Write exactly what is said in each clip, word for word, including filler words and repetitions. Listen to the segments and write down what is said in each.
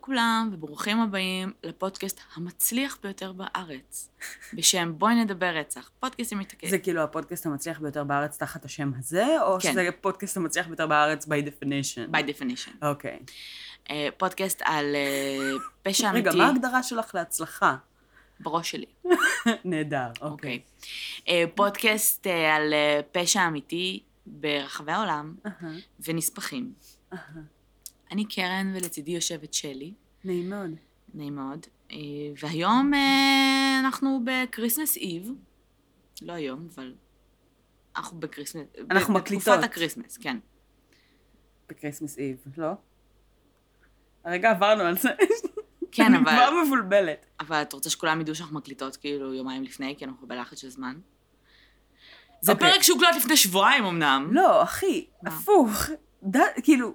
לכולם, וברוכים הבאים לפודקאסט המצליח ביותר בארץ, בשם בואי נדבר רצח, פודקאסט עם מתעכב. זה כאילו הפודקאסט המצליח ביותר בארץ תחת השם הזה, או כן. שזה הפודקאסט המצליח ביותר בארץ by definition? by definition. אוקיי. Uh, פודקאסט על uh, פשע אמיתי. רגע, מה ההגדרה שלך להצלחה? בראש שלי. נהדר, אוקיי. אוקיי. Uh, פודקאסט uh, על uh, פשע אמיתי ברחבי העולם, אהה, ונספחים. אהה. אני קרן, ולצידי יושבת שלי. נעים מאוד. נעים מאוד. Uh, והיום uh, אנחנו בקריסמס איב. לא היום, אבל אנחנו בקריסמס... אנחנו ב- מקליטות. בתקופת הקריסמס, כן. בקריסמס איב, לא? הרגע עברנו על זה. כן, אני אבל... כבר מבולבלת. אבל את רוצה שכולם ידעו שאנחנו מקליטות כאילו יומיים לפני, כי אנחנו בלחץ של זמן? זה אוקיי. פרק שהוקלט לפני שבועיים אמנם. לא, אחי, מה? הפוך. ד- כאילו,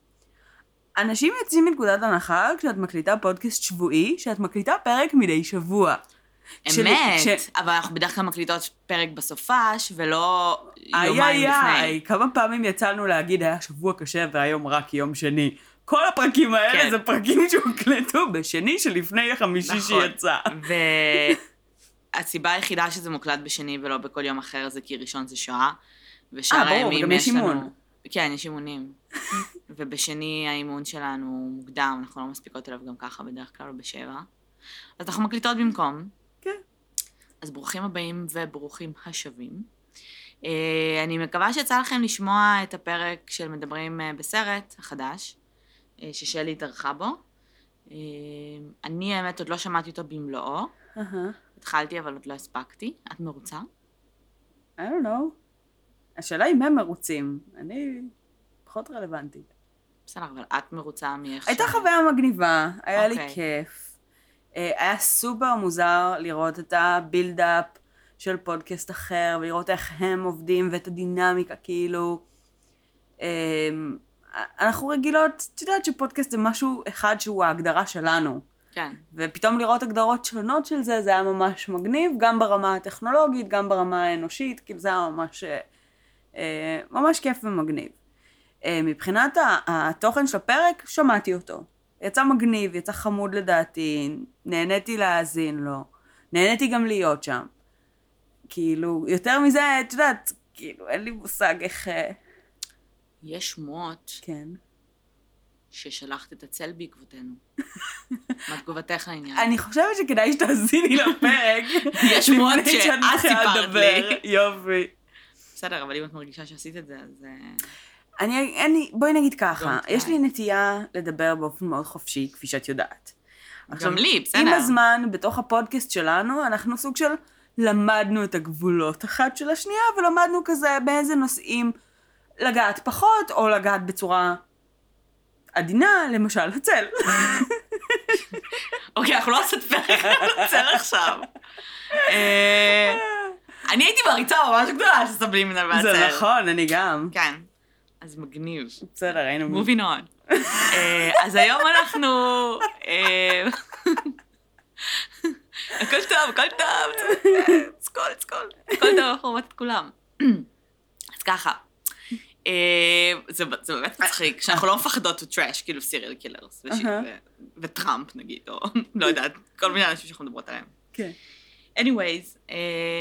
אנשים יוצאים מנקודת הנחה כשאת מקליטה פודקאסט שבועי, שאת מקליטה פרק מדי שבוע. כשל- אמת, כש- אבל אנחנו בדרך כלל מקליטות פרק בסופש, ולא איי יומיים איי לפני. איי, כמה פעמים יצאנו להגיד היה שבוע קשה והיום רק יום שני. כל הפרקים האלה כן. זה פרקים שהוקלטו בשני שלפני החמישי נכון. שיצא. והסיבה היחידה שזה מוקלט בשני ולא בכל יום אחר זה כי ראשון זה שעה, ושאר אה, ברור, הימים וגם יש יש לנו... אימון. כן, יש אימונים. ובשני האימון שלנו מוקדם, אנחנו לא מספיקות אליו גם ככה, בדרך כלל בשבע. אז אנחנו מקליטות במקום. כן. אז ברוכים הבאים וברוכים השבים. אה, אני מקווה שיצא לכם לשמוע את הפרק של מדברים אה, בסרט החדש, אה, ששלי התארחה בו. אה, אני האמת עוד לא שמעתי אותו במלואו. אהה. התחלתי אבל עוד לא הספקתי. את מרוצה? I don't know. השאלה אם הם מרוצים. אני פחות רלוונטית. בסדר, אבל את מרוצה מאיך הייתה חוויה מגניבה, היה לי אוקיי. כיף. אה, היה סופר מוזר לראות את הבילדאפ של פודקאסט אחר, ולראות איך הם עובדים ואת הדינמיקה, כאילו. אה, אנחנו רגילות, את יודעת שפודקאסט זה משהו אחד שהוא ההגדרה שלנו. כן. ופתאום לראות הגדרות שונות של זה, זה היה ממש מגניב, גם ברמה הטכנולוגית, גם ברמה האנושית, כאילו זה היה ממש, אה, ממש כיף ומגניב. אה, מבחינת ה- התוכן של הפרק, שמעתי אותו. יצא מגניב, יצא חמוד לדעתי, נהניתי להאזין לו, נהניתי גם להיות שם. כאילו, יותר מזה, את יודעת, כאילו, אין לי מושג איך... אה, יש שמועות כן. ששלחת את הצל בעקבותינו. מה תגובתך לעניין? אני חושבת שכדאי שתאזיני לפרק. יש שמועות לפני שאת שאת מתחילה סיפרת לדבר. לי. יופי. בסדר, אבל אם את מרגישה שעשית את זה, אז... אה, אני, אני, בואי נגיד ככה, גם יש לי כדאי. נטייה לדבר באופן מאוד חופשי, כפי שאת יודעת. גם לי, בסדר. עם הזמן, בתוך הפודקאסט שלנו, אנחנו סוג של למדנו את הגבולות אחת של השנייה, ולמדנו כזה באיזה נושאים לגעת פחות, או לגעת בצורה עדינה, למשל, הצל. אוקיי, אנחנו לא עושות פרק על הצל עכשיו. אה, אני הייתי בריצה ממש גדולה של סבלימינל והצל. זה נכון, אני גם. כן. אז מגניב. בסדר, היינו... Moving on. אה, אז היום אנחנו... אה, הכל טוב, הכל טוב. סקול, סקול. הכל טוב, אנחנו רואות את כולם. אז ככה. אה, זה זה באמת מצחיק, שאנחנו לא מפחדות טראש, כאילו סיריאל קילרס, אהה. וטראמפ נגיד, או לא יודעת, כל מיני אנשים שאנחנו מדברות עליהם. כן. anyways, אה,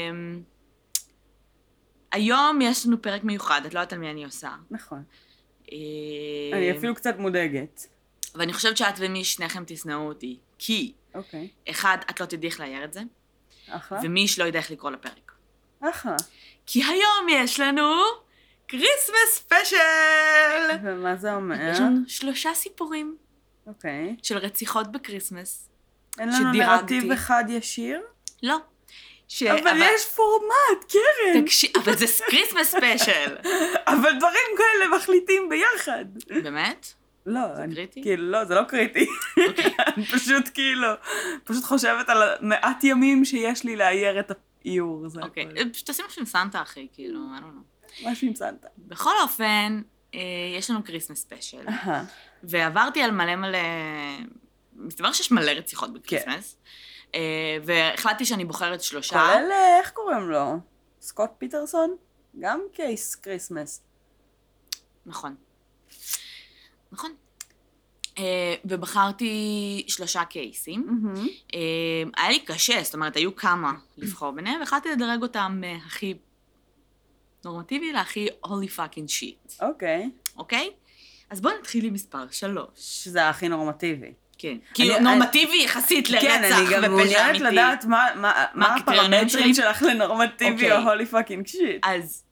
היום יש לנו פרק מיוחד, את לא יודעת על מי אני עושה. נכון. אה, אני אפילו קצת מודאגת. ואני חושבת שאת ומי שניכם תשנאו אותי, כי אוקיי. אחד, את לא תדעי איך לאייר את זה, אחלה. ומי שלא ידע איך לקרוא לפרק. אחלה. כי היום יש לנו כריסמס ספיישל! ומה זה אומר? יש לנו שלושה סיפורים אוקיי. של רציחות בקריסמס. אין לנו שדירגתי. נרטיב אחד ישיר? לא. ש... אבל יש פורמט, קרן. תקשיב, אבל זה כריסמס ספיישל. אבל דברים כאלה מחליטים ביחד. באמת? לא, זה אני- קריטי? כאילו, לא, זה לא קריטי. אוקיי. אני פשוט כאילו, פשוט חושבת על מעט ימים שיש לי לאייר את האיור. זה אוקיי, הכל. פשוט תשים משהו עם סנטה, אחי, כאילו, I don't know. משהו עם סנטה. בכל אופן, אה, יש לנו כריסמס ספיישל, אהה. ועברתי על מלא מלא... מסתבר שיש מלא רציחות בקריסמס, אה, והחלטתי שאני בוחרת שלושה. כולל, אה, איך קוראים לו? סקוט פיטרסון? גם קייס קריסמס. נכון. נכון. ובחרתי שלושה קייסים. היה לי קשה, זאת אומרת, היו כמה לבחור ביניהם, והחלטתי לדרג אותם הכי נורמטיבי להכי holy fucking shit. אוקיי. אוקיי? אז בואו נתחיל עם מספר שלוש. שזה הכי נורמטיבי. כן. כאילו נורמטיבי יחסית לרצח ופשע אמיתי. כן, אני גם מעוניינת לדעת מה הפרמטרים שלך לנורמטיבי או holy fucking shit. אז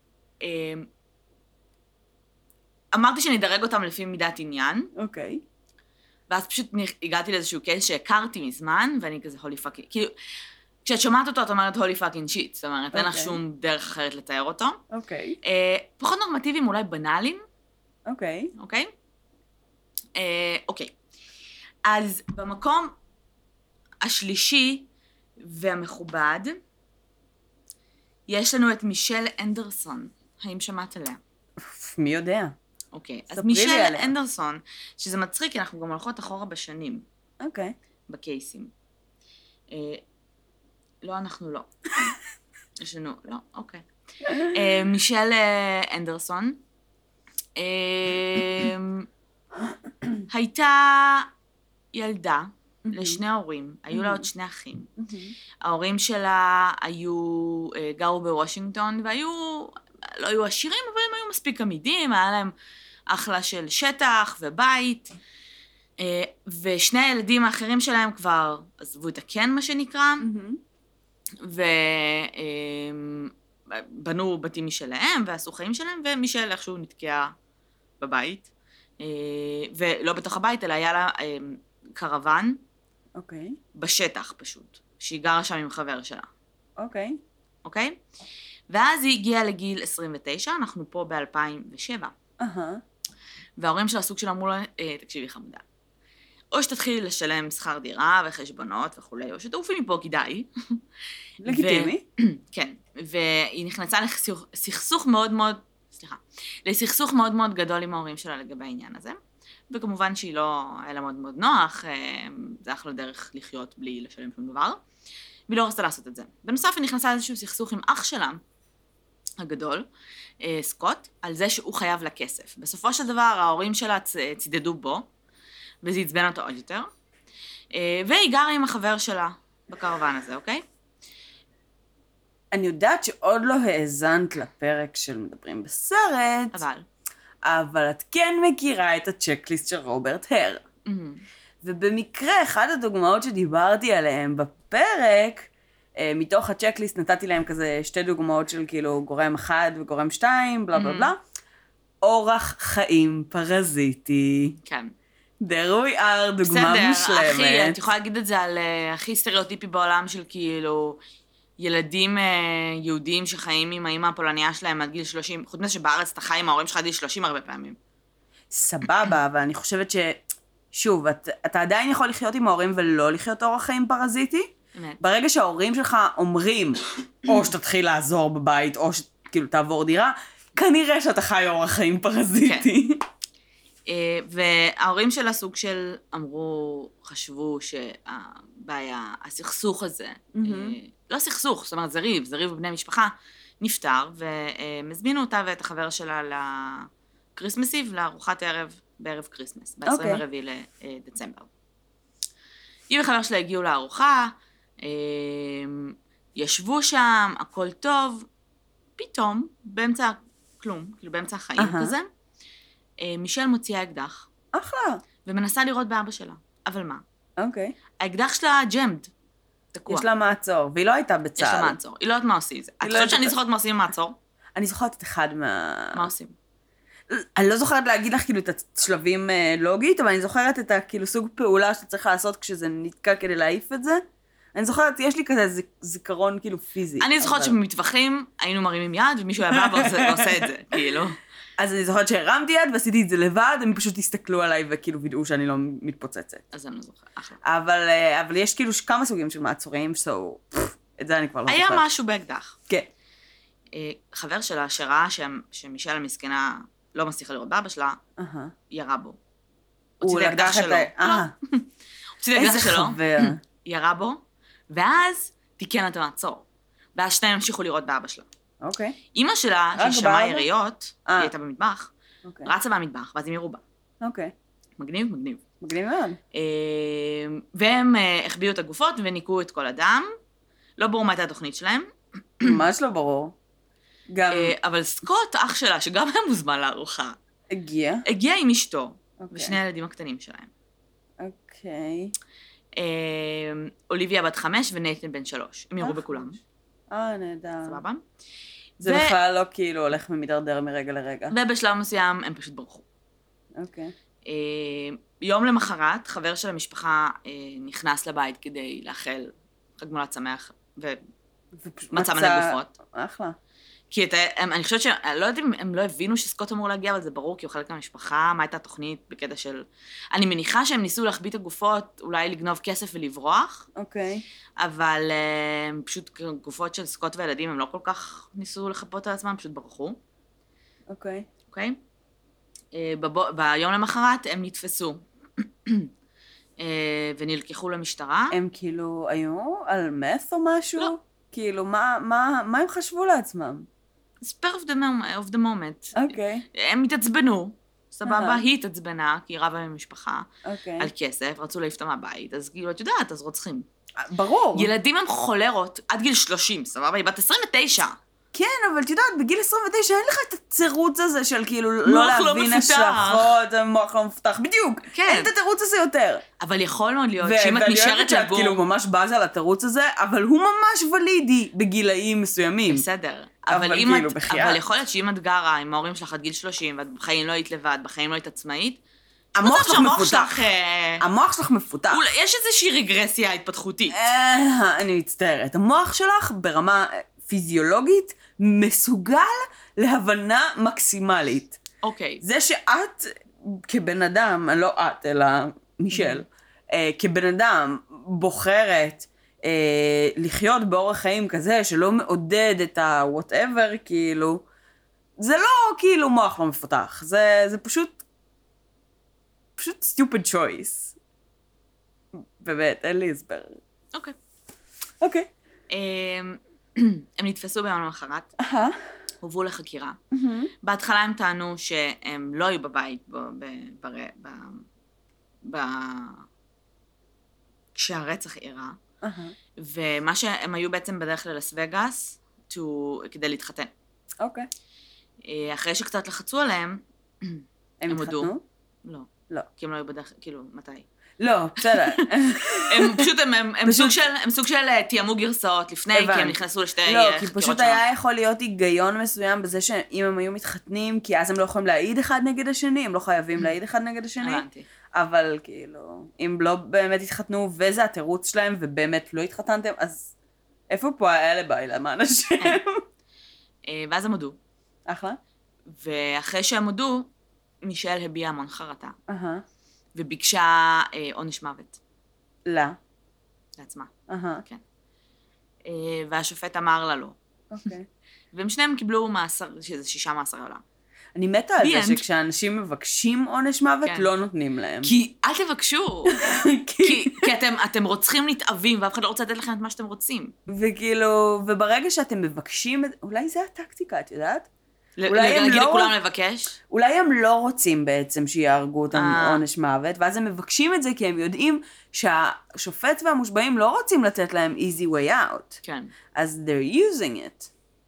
אמרתי שאני אדרג אותם לפי מידת עניין. אוקיי. ואז פשוט הגעתי לאיזשהו קייס שהכרתי מזמן, ואני כזה holy fucking, כאילו, כשאת שומעת אותו, את אומרת holy fucking shit, זאת אומרת, אין לך שום דרך אחרת לתאר אותו. אוקיי. פחות נורמטיביים, אולי בנאליים. אוקיי. אוקיי? אוקיי. אז במקום השלישי והמכובד, יש לנו את מישל אנדרסון. האם שמעת עליה? מי יודע? אוקיי, אז מישל אנדרסון, שזה מצחיק, כי אנחנו גם הולכות אחורה בשנים. אוקיי. בקייסים. לא, אנחנו לא. יש לנו, לא, אוקיי. מישל אנדרסון, הייתה ילדה לשני ההורים, היו לה עוד שני אחים. ההורים שלה היו, גרו בוושינגטון, והיו, לא היו עשירים, אבל הם היו מספיק עמידים, היה להם אחלה של שטח ובית, ושני הילדים האחרים שלהם כבר עזבו את הקן, מה שנקרא, ובנו בתים משלהם, ועשו חיים שלהם, ומישל איכשהו נתקעה בבית, ולא בתוך הבית, אלא היה לה קרוון, אוקיי. בשטח פשוט, שהיא גרה שם עם חבר שלה. אוקיי. אוקיי? ואז היא הגיעה לגיל עשרים ותשע, אנחנו פה ב-אלפיים ושבע. אהה. וההורים של הסוג שלה אמרו לה, תקשיבי חמודה, או שתתחילי לשלם שכר דירה וחשבונות וכולי, או שתעופי מפה כדאי. לגיטימי. כן, והיא נכנסה לסכסוך מאוד מאוד, סליחה, לסכסוך מאוד מאוד גדול עם ההורים שלה לגבי העניין הזה, וכמובן שהיא לא, היה לה מאוד מאוד נוח, זה אחלה דרך לחיות בלי לשלם שום דבר, והיא לא רצתה לעשות את זה. בנוסף היא נכנסה לאיזשהו סכסוך עם אח שלה, הגדול, סקוט, על זה שהוא חייב לה כסף. בסופו של דבר ההורים שלה צידדו בו, וזה עצבן אותו עוד יותר, והיא גרה עם החבר שלה בקרוון הזה, אוקיי? אני יודעת שעוד לא האזנת לפרק של מדברים בסרט, אבל, אבל את כן מכירה את הצ'קליסט של רוברט הר. mm-hmm. ובמקרה, אחת הדוגמאות שדיברתי עליהן בפרק, מתוך הצ'קליסט נתתי להם כזה שתי דוגמאות של כאילו גורם אחד וגורם שתיים, בלה בלה בלה. אורח חיים פרזיטי. כן. there we are, דוגמה מושלמת. בסדר, אחי, את יכולה להגיד את זה על הכי סטריאוטיפי בעולם של כאילו ילדים יהודיים שחיים עם האמא הפולניה שלהם עד גיל שלושים, חוץ מזה שבארץ אתה חי עם ההורים שלך עד גיל שלושים הרבה פעמים. סבבה, אבל אני חושבת ש... שוב, אתה, אתה עדיין יכול לחיות עם ההורים ולא לחיות אורח חיים פרזיטי. ברגע שההורים שלך אומרים, או שתתחיל לעזור בבית, או שכאילו תעבור דירה, כנראה שאתה חי אורח חיים פרזיטי. וההורים של הסוג של אמרו, חשבו שהבעיה, הסכסוך הזה, לא סכסוך, זאת אומרת, זה ריב, זה ריב בבני משפחה, נפטר, ומזמינו אותה ואת החבר שלה לקריסמס איב, לארוחת ערב בערב קריסמס, ב-עשרים ורביעי לדצמבר. היא וחבר שלה הגיעו לארוחה, ישבו שם, הכל טוב, פתאום, באמצע כלום, כאילו באמצע החיים כזה, מישל מוציאה אקדח. אחלה. ומנסה לראות באבא שלה. אבל מה? אוקיי. האקדח שלה ג'מד. תקוע. יש לה מעצור, והיא לא הייתה בצהל. יש לה מעצור. היא לא יודעת מה עושים את זה. את חושבת שאני זוכרת מה עושים עם מעצור? אני זוכרת את אחד מה... מה עושים? אני לא זוכרת להגיד לך כאילו את השלבים לוגית, אבל אני זוכרת את הכאילו סוג פעולה שאתה צריך לעשות כשזה נתקע כדי להעיף את זה. אני זוכרת, יש לי כזה זיכרון כאילו פיזי. אני זוכרת שבמטווחים היינו מרימים יד, ומישהו היה בא ועושה את זה, כאילו. אז אני זוכרת שהרמתי יד ועשיתי את זה לבד, הם פשוט הסתכלו עליי וכאילו וידאו שאני לא מתפוצצת. אז אני לא זוכרת, אחלה. אבל, אבל יש כאילו כמה סוגים של מעצורים, so, את זה אני כבר לא זוכרת. היה משהו באקדח. כן. חבר שלה שראה שמישל המסכנה לא מצליחה לראות באבא שלה, ירה בו. הוא לקח את ה... הוציא את האקדח שלו, ירה בו, ואז תיקן את המעצור. ואז שניים המשיכו לראות באבא שלה. אוקיי. אמא שלה, שהיא שמעה יריות, היא הייתה במטבח, רצה במטבח, ואז הם יראו בה. אוקיי. מגניב, מגניב. מגניב מאוד. והם החביאו את הגופות וניקו את כל הדם. לא ברור מה הייתה התוכנית שלהם. ממש לא ברור. גם... אבל סקוט, אח שלה, שגם היה מוזמן לארוחה. הגיע? הגיע עם אשתו, ושני הילדים הקטנים שלהם. אוקיי. אוליביה בת חמש ונייתן בן שלוש. הם יראו בכולם. אה, נהדר. סבבה? זה בכלל לא כאילו הולך ומתדרדר מרגע לרגע. ובשלב מסוים הם פשוט ברחו. אוקיי. יום למחרת, חבר של המשפחה נכנס לבית כדי לאחל חג מולד שמח, ומצא מלא גופות. אחלה. כי את, הם, אני חושבת שאני לא יודעת אם הם לא הבינו שסקוט אמור להגיע, אבל זה ברור, כי הוא חלק מהמשפחה, מה הייתה התוכנית בקטע של... אני מניחה שהם ניסו להחביא את הגופות, אולי לגנוב כסף ולברוח. אוקיי. אבל uh, פשוט גופות של סקוט וילדים, הם לא כל כך ניסו לחפות על עצמם, פשוט ברחו. אוקיי. אוקיי? Uh, בבו, ביום למחרת הם נתפסו, uh, ונלקחו למשטרה. הם כאילו היו על מס או משהו? לא. כאילו, מה, מה, מה הם חשבו לעצמם? spur of the moment, of the moment. אוקיי. הם התעצבנו, סבבה, היא התעצבנה, כי היא רבה ממשפחה, אוקיי. על כסף, רצו להעיף אותה מהבית, אז כאילו, את יודעת, אז רוצחים. ברור. ילדים הם חולרות עד גיל שלושים, סבבה, היא בת עשרים ותשע. כן, אבל את יודעת, בגיל עשרים ותשע אין לך את הצירוץ הזה של כאילו לא להבין השלכות, מוח לא מפותח, בדיוק. כן. אין את התירוץ הזה יותר. אבל יכול מאוד להיות שאם את נשארת לגור... כאילו ממש בזה על התירוץ הזה, אבל הוא ממש ולידי בגילאים מסוימים. בסדר. אבל כאילו בחייה. אבל יכול להיות שאם את גרה עם ההורים שלך עד גיל שלושים, ואת בחיים לא היית לבד, בחיים לא היית עצמאית, המוח שלך מפותח. אה... המוח שלך מפותח. אולי, יש איזושהי רגרסיה התפתחותית. אה, אני מצטערת. המוח שלך ברמה פיזיולוגית מסוגל להבנה מקסימלית. אוקיי. זה שאת כבן אדם, לא את, אלא מישל, אה, כבן אדם בוחרת אה, לחיות באורח חיים כזה שלא מעודד את ה-whatever, כאילו, זה לא כאילו מוח לא מפותח. זה, זה פשוט פשוט stupid choice. באמת, אין לי הסבר. אוקיי. אוקיי. הם נתפסו ביום למחרת, אהה. הובאו לחקירה. בהתחלה הם טענו שהם לא היו בבית כשהרצח אירע, ומה שהם היו בעצם בדרך ללס וגאס כדי להתחתן. אוקיי. אחרי שקצת לחצו עליהם, הם התחתנו? לא. לא. כי הם לא היו בדרך, כאילו, מתי? לא, בסדר. הם פשוט, הם סוג של, הם סוג של תיאמו גרסאות לפני, כי הם נכנסו לשתי חקירות שונות. לא, כי פשוט היה יכול להיות היגיון מסוים בזה שאם הם היו מתחתנים, כי אז הם לא יכולים להעיד אחד נגד השני, הם לא חייבים להעיד אחד נגד השני. הבנתי. אבל כאילו, אם לא באמת התחתנו, וזה התירוץ שלהם, ובאמת לא התחתנתם, אז איפה פה האלה בעילה, מה אנשים? ואז הם הודו. אחלה. ואחרי שהם הודו, מישל הביעה המון חרטה. אהה. וביקשה אה, עונש מוות. לא. לעצמה. אהה. כן. אה, והשופט אמר לה לא. אוקיי. והם שניהם קיבלו מאסר, שזה שישה מאסרי עולם. אני מתה על זה שכשאנשים מבקשים עונש מוות, כן. לא נותנים להם. כי אל תבקשו. כי, כי אתם, אתם רוצחים נתאבים, ואף אחד לא רוצה לתת לכם את מה שאתם רוצים. וכאילו, וברגע שאתם מבקשים, אולי זה הטקטיקה, את יודעת? אולי הם לא... לכולם לבקש? אולי הם לא רוצים בעצם שיהרגו אותם עונש מוות, ואז הם מבקשים את זה כי הם יודעים שהשופט והמושבעים לא רוצים לתת להם easy way out. כן. אז they're using it.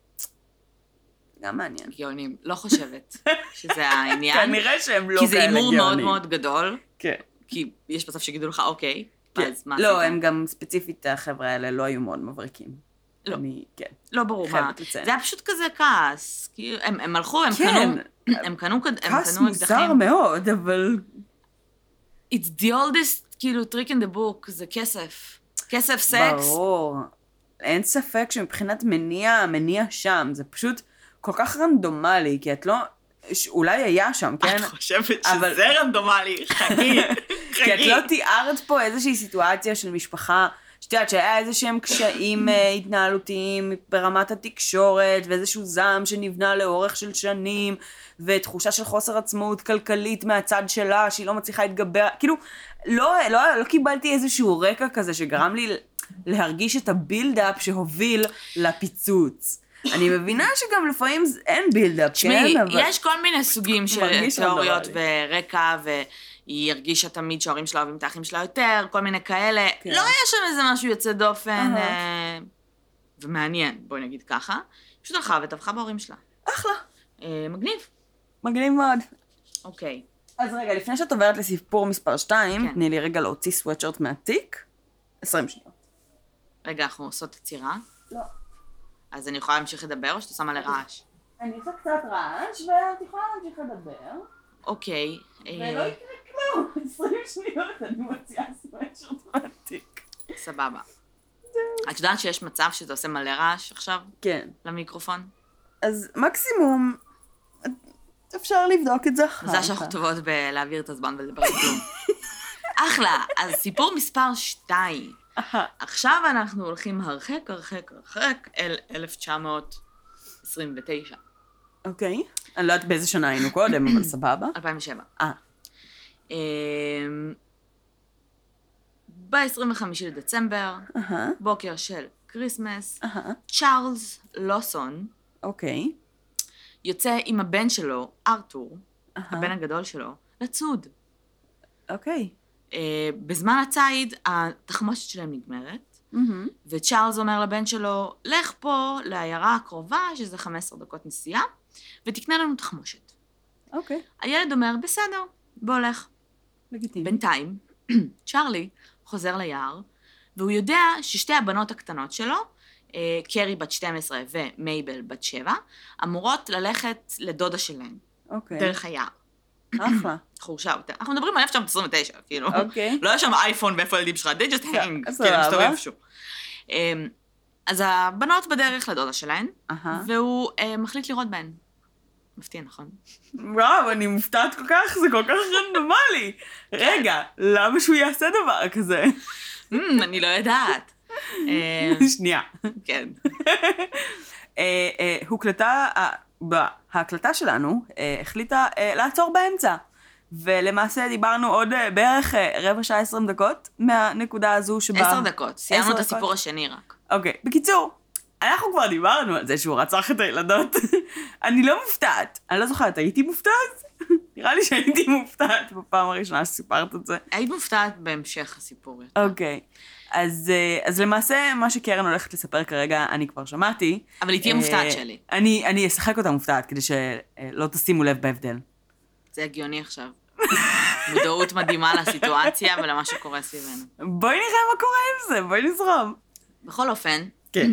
גם מעניין. גאונים. לא חושבת שזה העניין. כנראה שהם לא כי זה כאלה אימור מאוד גאונים. מאוד גדול. כן. כי יש בסוף שיגידו לך, אוקיי, אז מה? לא, הם גם ספציפית, החבר'ה האלה לא היו מאוד מבריקים. לא. אני, כן. לא ברור מה. חייבת לציין. זה היה פשוט כזה כעס. כאילו, הם, הם הלכו, הם כן. קנו, הם קנו, הם כעס קנו מוזר אקדחים. מאוד, אבל... It's the oldest, כאילו, trick in the book, זה כסף. כסף, סקס. ברור. אין ספק שמבחינת מניע, מניע שם, זה פשוט כל כך רנדומלי, כי את לא... אולי היה שם, כן? את חושבת אבל- שזה רנדומלי, חכי, כי את חכי. לא תיארת פה איזושהי סיטואציה של משפחה, שאת יודעת שהיה איזה שהם קשיים אה, התנהלותיים ברמת התקשורת, ואיזשהו זעם שנבנה לאורך של שנים, ותחושה של חוסר עצמאות כלכלית מהצד שלה, שהיא לא מצליחה להתגבר, כאילו, לא, לא, לא קיבלתי איזשהו רקע כזה שגרם לי להרגיש את הבילדאפ שהוביל לפיצוץ. אני מבינה שגם לפעמים אין בילדאפ, כן? תשמעי, אבל... יש כל מיני סוגים של מרגיש תיאוריות רנדומלי. ורקע, היא הרגישה תמיד שההורים שלה אוהבים את האחים שלה יותר, כל מיני כאלה. כן. לא היה שם איזה משהו יוצא דופן אהה. אה, ומעניין, בואי נגיד ככה. פשוט הלכה וטבחה בהורים שלה. אחלה. אה, מגניב. מגניב מאוד. אוקיי. אז רגע, לפני שאת עוברת לסיפור מספר שתיים, כן. תני לי רגע להוציא סוואטשרט מהתיק. עשרים שניות. רגע, אנחנו עושות עצירה. לא. אז אני יכולה להמשיך לדבר או שאתה שמה לרעש? אני עושה קצת רעש, ואת יכולה להמשיך לדבר. אוקיי. אה, ולא יקרה כלום. עשרים שניות אני מוציאה סוואטשרט מהתיק. סבבה. את יודעת שיש מצב שזה עושה מלא רעש עכשיו כן. למיקרופון? אז מקסימום, אפשר לבדוק את זה אחר זה שאנחנו טובות בלהעביר את הזמן ולדבר על כלום. אחלה, אז סיפור מספר שתיים. עכשיו אנחנו הולכים הרחק, הרחק, הרחק אל אלף תשע מאות עשרים ותשע. אוקיי. אני לא יודעת באיזה שנה היינו קודם, אבל סבבה. אלפיים ושבע. אה. ב-עשרים וחמישה לדצמבר, אהה. בוקר של כריסמס, אהה. צ'ארלס לוסון אוקיי. יוצא עם הבן שלו, ארתור, אהה. הבן הגדול שלו, לצוד. אוקיי. אה, בזמן הציד, התחמושת שלהם נגמרת, מהמם. וצ'ארלס אומר לבן שלו, לך פה לעיירה הקרובה, שזה חמש עשרה דקות נסיעה, ותקנה לנו תחמושת. אוקיי. הילד אומר, בסדר, בוא לך. לגיטימי. בינתיים, צ'ארלי חוזר ליער, והוא יודע ששתי הבנות הקטנות שלו, אה, קרי בת שתים עשרה ומייבל בת שבע, אמורות ללכת לדודה שלהן, אוקיי. דרך היער. אחלה. חורשה יותר. אנחנו מדברים על אלף תשע מאות עשרים ותשע, כאילו. אוקיי. לא היה שם אייפון ואיפה הילדים שלך, they just hang, סבבה. כאילו, מסתובב איפשהו. אמ, אז הבנות בדרך לדודה שלהן, אהה. והוא אה, מחליט לראות בהן. מפתיע, נכון? וואו, אני מופתעת כל כך, זה כל כך רנדומלי. רגע, למה שהוא יעשה דבר כזה? אמ, אני לא יודעת. אמ, שנייה. כן. אה, אה, הוקלטה, אה, בהקלטה שלנו אה, החליטה אה, לעצור באמצע. ולמעשה דיברנו עוד אה, בערך אה, רבע שעה עשרים דקות מהנקודה הזו שבה... עשר דקות. סיימנו עשר את דקות. הסיפור השני רק. אוקיי, בקיצור, אנחנו כבר דיברנו על זה שהוא רצח את הילדות. אני לא מופתעת. אני לא זוכרת, הייתי מופתעת? נראה לי שהייתי מופתעת בפעם הראשונה שסיפרת את זה. היית מופתעת בהמשך הסיפור. אוקיי. אז, אה, אז למעשה, מה שקרן הולכת לספר כרגע, אני כבר שמעתי. אבל היא תהיה אה, מופתעת שלי. אני, אני אשחק אותה מופתעת, כדי שלא תשימו לב בהבדל. זה הגיוני עכשיו. מודעות מדהימה לסיטואציה ולמה שקורה סביבנו. בואי נראה מה קורה עם זה, בואי נזרום. בכל אופן, כן.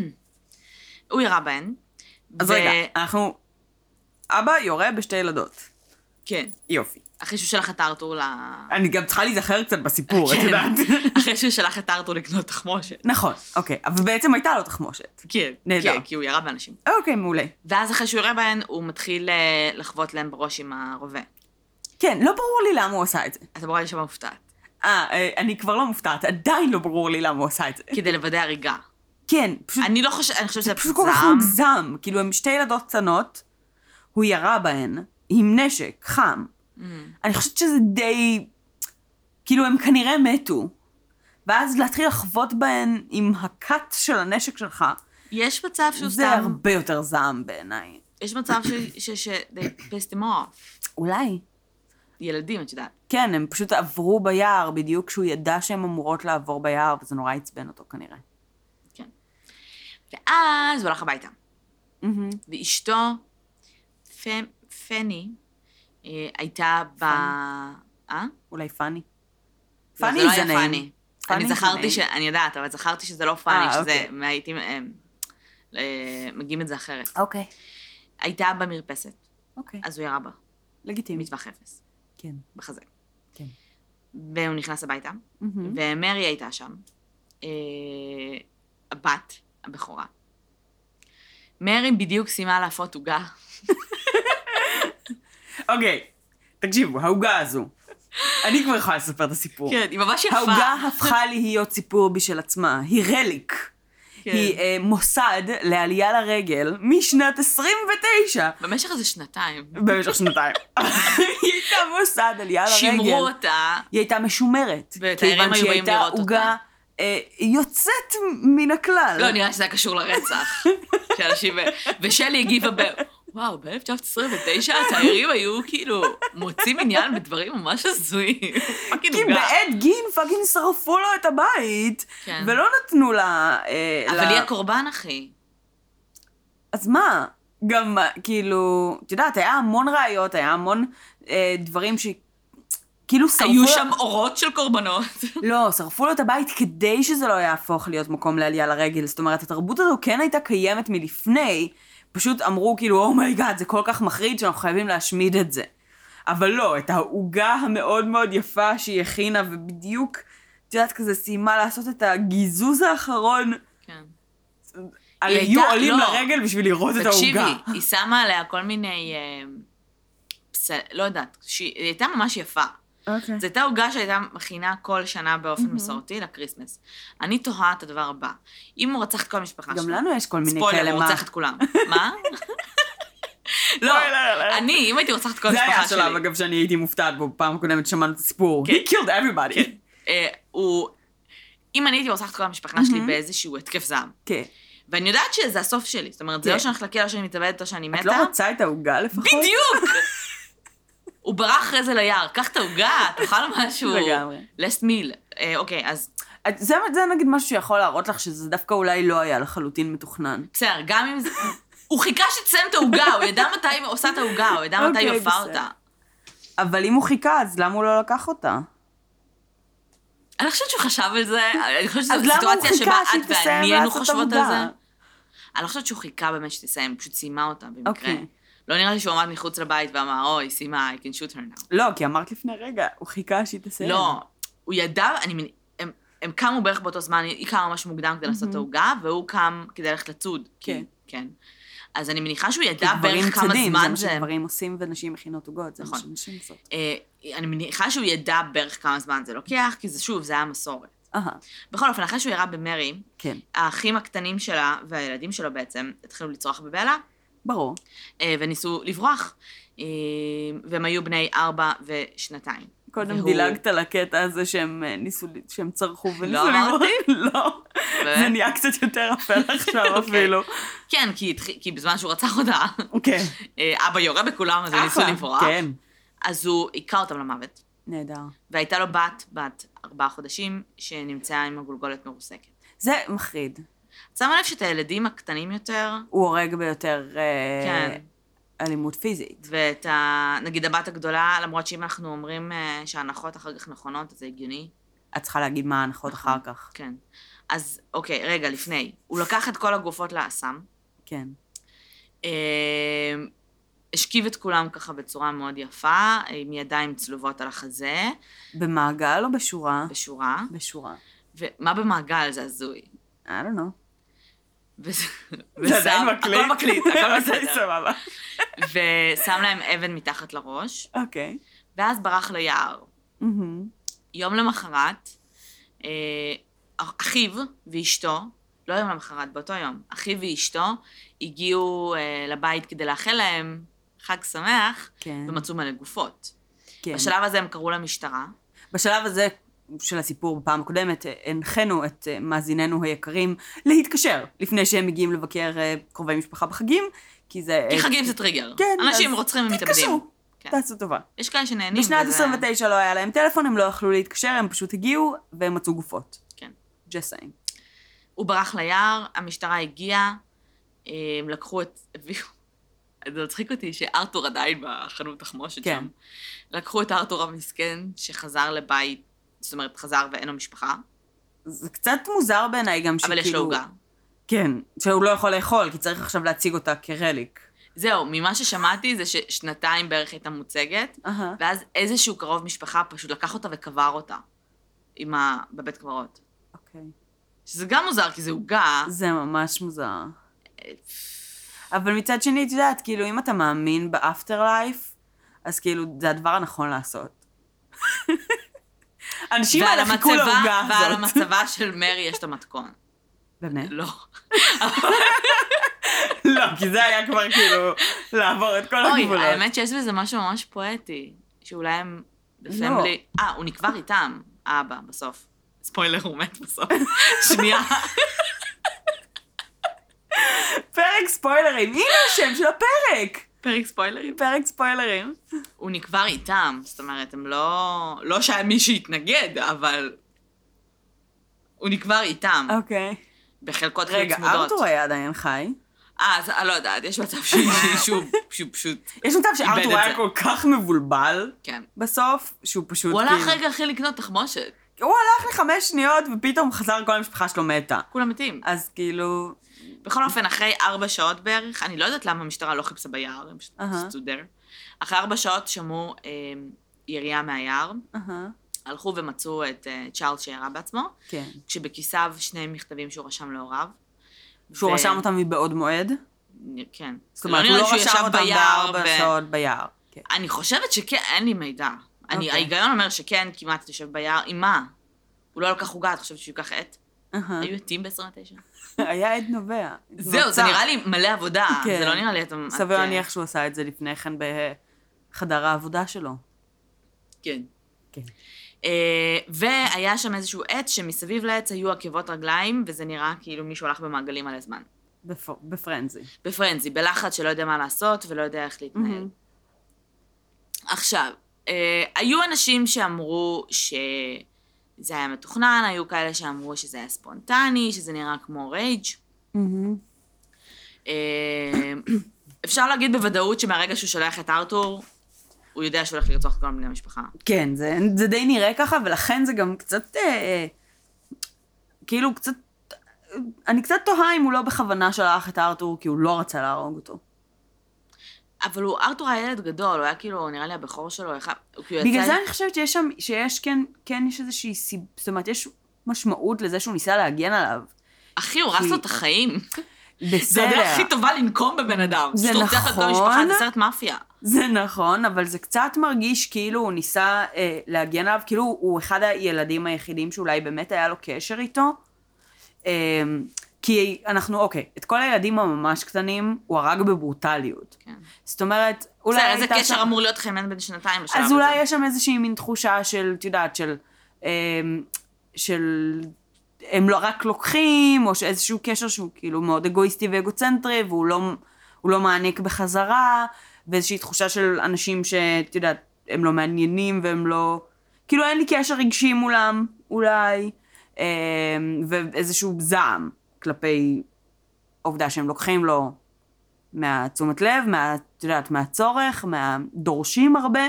הוא ירה בהן. אז ו- רגע, אנחנו... אבא יורה בשתי ילדות. כן. יופי. אחרי שהוא שלח את ארתור ל... אני גם צריכה להיזכר קצת בסיפור, את כן. יודעת. אחרי שהוא שלח את ארתור לקנות תחמושת. נכון, אוקיי. אבל בעצם הייתה לו תחמושת. כן. נהדר. כן, כי הוא ירה באנשים. אוקיי, מעולה. ואז אחרי שהוא ירה בהן, הוא מתחיל אה, לחוות להם בראש עם הרובה. כן, לא ברור לי למה הוא עשה את זה. אתה ברור לי שם מופתעת. אה, אה, אני כבר לא מופתעת, עדיין לא ברור לי למה הוא עשה את זה. כדי לוודא הריגה. כן, פשוט... אני לא חושבת, אני חושבת שזה פשוט פשוט כל כך זעם. מוגזם. כאילו, הם שתי ילדות קטנות, הוא ירה בהן עם נשק חם. Mm. אני חושבת שזה די... כאילו, הם כנראה מתו. ואז להתחיל לחוות בהן עם הקאט של הנשק שלך, יש מצב שהוא זה סתם... הרבה יותר זעם בעיניי. יש מצב ש... ש... ש... they pissed him off. אולי. ילדים, את יודעת. כן, הם פשוט עברו ביער, בדיוק כשהוא ידע שהן אמורות לעבור ביער, וזה נורא עצבן אותו כנראה. כן. ואז הוא הלך הביתה. מהמם. ואשתו, פ... פני, אה, הייתה ב... אה? אולי פאני. לא, פאני זה לא זה היה name. פאני. פאני אני זה זכרתי name. ש... אני יודעת, אבל זכרתי שזה לא פאני, אה, שזה... אוקיי. הייתי... אה, אה, מגיעים את זה אחרת. אוקיי. הייתה במרפסת, אוקיי. אז הוא ירה בה, לגיטימי. מטווח אפס, כן. בחזה. כן. והוא נכנס הביתה, מהמם. ומרי הייתה שם, אה, הבת, הבכורה. מרי בדיוק סיימה להפות עוגה. אוקיי, תקשיבו, העוגה הזו. אני כבר יכולה לספר את הסיפור. כן, היא ממש יפה. העוגה הפכה להיות סיפור בשל עצמה. היא רליק. כן. היא אה, מוסד לעלייה לרגל משנת עשרים ותשע. במשך איזה שנתיים. במשך שנתיים. היא הייתה מוסד עלייה לרגל. שימרו אותה. היא הייתה משומרת. ותיירים כיוון היו שהיא באים הייתה לראות עוגה אותה. אה, יוצאת מן הכלל. לא, נראה שזה היה קשור לרצח. שאנשים... ושלי הגיבה ב... וואו, ב-אלף תשע מאות עשרים ותשע הצעירים היו כאילו מוצאים עניין בדברים ממש הזויים. פאקינג כי עוגה. בעת גין פאקינג שרפו לו את הבית, כן. ולא נתנו לה... אה, אבל לה- היא הקורבן, אחי. אז מה? גם, כאילו, את יודעת, היה המון ראיות, היה המון אה, דברים ש... כאילו שרפו... היו לו- שם אורות של קורבנות. לא, שרפו לו את הבית כדי שזה לא יהפוך להיות מקום לעלייה לרגל. זאת אומרת, התרבות הזו כן הייתה קיימת מלפני, פשוט אמרו כאילו, אומייגאד, זה כל כך מחריד שאנחנו חייבים להשמיד את זה. אבל לא, את העוגה המאוד מאוד יפה שהיא הכינה, ובדיוק, את יודעת, כזה סיימה לעשות את הגיזוז האחרון, כן. היו הייתה- עולים לא. לרגל בשביל לראות את תקשיבי, העוגה. היא שמה עליה כל מיני, אה, פס... לא יודעת, שהיא היא הייתה ממש יפה. אוקיי. זו הייתה עוגה שהייתה מכינה כל שנה באופן מסורתי לקריסמס. אני תוהה את הדבר הבא. אם הוא רצח את כל המשפחה שלו... גם לנו יש כל מיני ספוילר, כאלה, הוא מה? רוצח את כולם. מה? לא, ספוילר. אני, אם הייתי רוצחת את כל זה היה המשפחה שלי... השלב, אגב, שאני הייתי מופתעת בו, פעם הקודמת שמענו את הסיפור. כן. He killed everybody. אה, הוא... אם אני הייתי רוצחת את כל המשפחה שלי באיזשהו התקף זעם, כן. ואני יודעת שזה הסוף שלי, זאת אומרת, זה כן. לא שאני הולכת לכלא שאני מתאבדת או שאני מתה. את לא רוצה את העוגה לפחות? בדיוק! הוא ברח אחרי זה ליער, קח את העוגה, תאכל משהו. לגמרי. last meal. אה, אוקיי, אז את- זה, זה נגיד משהו שיכול להראות לך שזה דווקא אולי לא היה לחלוטין מתוכנן. בסדר, גם אם זה... הוא חיכה שתסיים את העוגה, הוא ידע מתי היא עושה את העוגה, הוא ידע מתי היא אוקיי, הופעה בסדר. אותה. אבל אם הוא חיכה, אז למה הוא לא לקח אותה? אני חושבת שהוא חשב על זה, אני חושבת שזו אז למה הוא סיטואציה שבה חיכה שהיא את תסיים ואני היינו לעשות חושבות על עבודה? זה. אני לא חושבת שהוא חיכה באמת שתסיים, פשוט סיימה אותה במקרה. אוקיי. לא נראה לי שהוא עמד מחוץ לבית ואמר, אוי, היא סיימה, I can shoot her now. לא, כי אמרת לפני רגע, הוא חיכה שהיא תסיים. לא, הוא ידע, אני מנ... הם, הם קמו בערך באותו זמן, היא קמה ממש מוקדם כדי לעשות את העוגה, והוא קם כדי ללכת לצוד. כי- כן. כן. אז אני מניחה שהוא כי ידע גברים בערך כמה צדים, זה זמן מה זה. שגברים עושים ונשים מכינות עוגות, זה מה נכון. שנשים עושות. אה, אני מניחה שהוא ידע בערך כמה זמן זה לוקח, כי זה שוב, זה היה מסורת. אהה, בכל אופן, אחרי שהוא ירה במרי, כן, האחים הקטנים שלה והילדים שלו בעצם התחילו לצרוח בבלה, ברור. אה, וניסו לברוח. אה, והם היו בני ארבע ושנתיים. קודם והוא- דילגת על הקטע הזה שהם אה, ניסו, שהם צרחו וניסו לא אמרתי? לא, באמת? זה נהיה קצת יותר אפל עכשיו אוקיי. אפילו. כן, כי, התח- כי בזמן שהוא רצח אותה, כן. אה, אבא יורה בכולם, אז הם ניסו אחלה, לברוח. כן. אז הוא היכה אותם למוות. נהדר. והייתה לו בת, בת ארבעה חודשים, שנמצאה עם הגולגולת מרוסקת. זה מחריד. את שמה לב שאת הילדים הקטנים יותר, הוא הורג ביותר אה, כן. אלימות פיזית. ואת ה... נגיד הבת הגדולה, למרות שאם אנחנו אומרים אה, שההנחות אחר כך נכונות, אז זה הגיוני. את צריכה להגיד מה ההנחות נכון. אחר כך. כן. אז אוקיי, רגע, לפני. הוא לקח את כל הגופות לאסם, כן. אה, השכיב את כולם ככה בצורה מאוד יפה, עם ידיים צלובות על החזה, במעגל או בשורה? בשורה. בשורה. ומה במעגל? זה הזוי. I don't know. וזה- זה עדיין ושם- מקליט. הכל מקליט, הכל אוקיי, בסדר. סבבה. ושם להם אבן מתחת לראש, אוקיי. ואז ברח ליער. מהמם. יום למחרת, אה, אחיו ואשתו, לא יום למחרת, באותו יום, אחיו ואשתו הגיעו אה, לבית כדי לאחל להם חג שמח, כן. ומצאו מלא גופות. כן. בשלב הזה הם קראו למשטרה. בשלב הזה של הסיפור בפעם הקודמת, הנחינו את אה, מאזיננו היקרים להתקשר לפני שהם מגיעים לבקר אה, קרובי משפחה בחגים, כי זה... כי אה, חגים זה טריגר. כן, אנשים אז רוצחים ומתאבדים. תתקשרו, כן. תעשו טובה. יש כאלה שנהנים. בשנת וזה- עשרים ותשע לא היה להם טלפון, הם לא יכלו להתקשר, הם פשוט הגיעו והם מצאו גופות. כן. Just saying. הוא ברח ליער, המשטרה הגיעה, הם לקחו את... הביאו... זה מצחיק אותי שארתור עדיין בחנות תחמושת כן. שם. לקחו את ארתור המסכן שחזר לבית, זאת אומרת, חזר ואין לו משפחה, זה קצת מוזר בעיניי גם שכאילו... אבל יש לו עוגה. כן, שהוא לא יכול לאכול, כי צריך עכשיו להציג אותה כרליק. זהו, ממה ששמעתי זה ששנתיים בערך הייתה מוצגת, אהה. ואז איזשהו קרוב משפחה פשוט לקח אותה וקבר אותה עם ה... בבית קברות. אוקיי. שזה גם מוזר, כי זה עוגה. זה ממש מוזר. אבל מצד שני, את יודעת, כאילו, אם אתה מאמין באפטר לייף, אז כאילו, זה הדבר הנכון לעשות. אנשים ועל האלה חיכו המצבה, לעוגה ועל הזאת. המצבה של מרי יש את המתכון. באמת? לא. לא, כי זה היה כבר כאילו לעבור את כל אוי, הגבולות. האמת שיש בזה משהו ממש פואטי, שאולי הם בפמילי... אה, הוא נקבר איתם, האבא, בסוף. ספוילר, הוא מת בסוף. שנייה. פרק פרק ספוילרים, הנה השם של הפרק. פרק ספוילרים? פרק ספוילרים. הוא נקבר איתם, זאת אומרת, הם לא... לא שהיה מי שהתנגד, אבל... הוא נקבר איתם. אוקיי. בחלקות חיות צמודות. רגע, ארתור היה עדיין חי. אה, אז אני לא יודעת, יש מצב שהוא פשוט... יש מצב שארתור היה כל כך מבולבל. כן. בסוף, שהוא פשוט... הוא הלך רגע אחרי לקנות תחמושת. הוא הלך לחמש שניות, ופתאום חזר כל המשפחה שלו מתה. כולם מתים. אז כאילו... בכל אופן, אחרי ארבע שעות בערך, אני לא יודעת למה המשטרה לא חיפשה ביער, הם פשוט סטודר. אחרי ארבע שעות שמעו ירייה מהיער, הלכו ומצאו את צ'ארלס שירה בעצמו, כשבכיסיו שני מכתבים שהוא רשם להוריו. שהוא רשם אותם מבעוד מועד? כן. זאת אומרת, הוא לא רשם אותם בארבע שעות ביער. אני חושבת שכן, אין לי מידע. ההיגיון אומר שכן, כמעט יושב ביער, עם מה? הוא לא לקח חוגה, את חושבת שהוא ייקח עט? היו עטים ב-עשרים ותשע? היה עד נובע. זהו, זה נראה לי מלא עבודה, זה לא נראה לי... סביר להניח שהוא עשה את זה לפני כן בחדר העבודה שלו. כן. והיה שם איזשהו עץ שמסביב לעץ היו עקבות רגליים, וזה נראה כאילו מישהו הלך במעגלים על הזמן. בפרנזי. בפרנזי, בלחץ שלא יודע מה לעשות ולא יודע איך להתנהל. עכשיו, היו אנשים שאמרו ש... זה היה מתוכנן, היו כאלה שאמרו שזה היה ספונטני, שזה נראה כמו רייג'. אפשר להגיד בוודאות שמהרגע שהוא שולח את ארתור, הוא יודע שהוא הולך לרצוח את כל בני המשפחה. כן, זה, זה די נראה ככה, ולכן זה גם קצת, אה, כאילו קצת, אני קצת תוהה אם הוא לא בכוונה שלח את ארתור, כי הוא לא רצה להרוג אותו. אבל הוא, ארתור היה ילד גדול, הוא היה כאילו, נראה לי הבכור שלו, בגלל זה אני חושבת שיש שם, שיש כן, כן יש איזושהי סיבה, זאת אומרת, יש משמעות לזה שהוא ניסה להגן עליו. אחי, הוא רס לו את החיים. בסדר. זה הדרך הכי טובה לנקום בבן אדם. זה נכון. שתורצח את כל המשפחה, זה סרט מאפיה. זה נכון, אבל זה קצת מרגיש כאילו הוא ניסה אה, להגן עליו, כאילו הוא אחד הילדים היחידים שאולי באמת היה לו קשר איתו. אה, כי אנחנו, אוקיי, את כל הילדים הממש קטנים, הוא הרג בברוטליות. כן. זאת אומרת, אולי... זה, איזה קשר שם... אמור להיות חיימן בן שנתיים בשלב הזה. אז אולי יש שם איזושהי מין תחושה של, את יודעת, של... אה, של... הם לא רק לוקחים, או שאיזשהו קשר שהוא כאילו מאוד אגואיסטי ואגוצנטרי, והוא לא, הוא לא מעניק בחזרה, ואיזושהי תחושה של אנשים שאת יודעת, הם לא מעניינים, והם לא... כאילו אין לי קשר רגשי מולם, אולי, אה, ואיזשהו זעם. כלפי עובדה שהם לוקחים לו מהתשומת לב, מה, את יודעת, מהצורך, מהדורשים הרבה,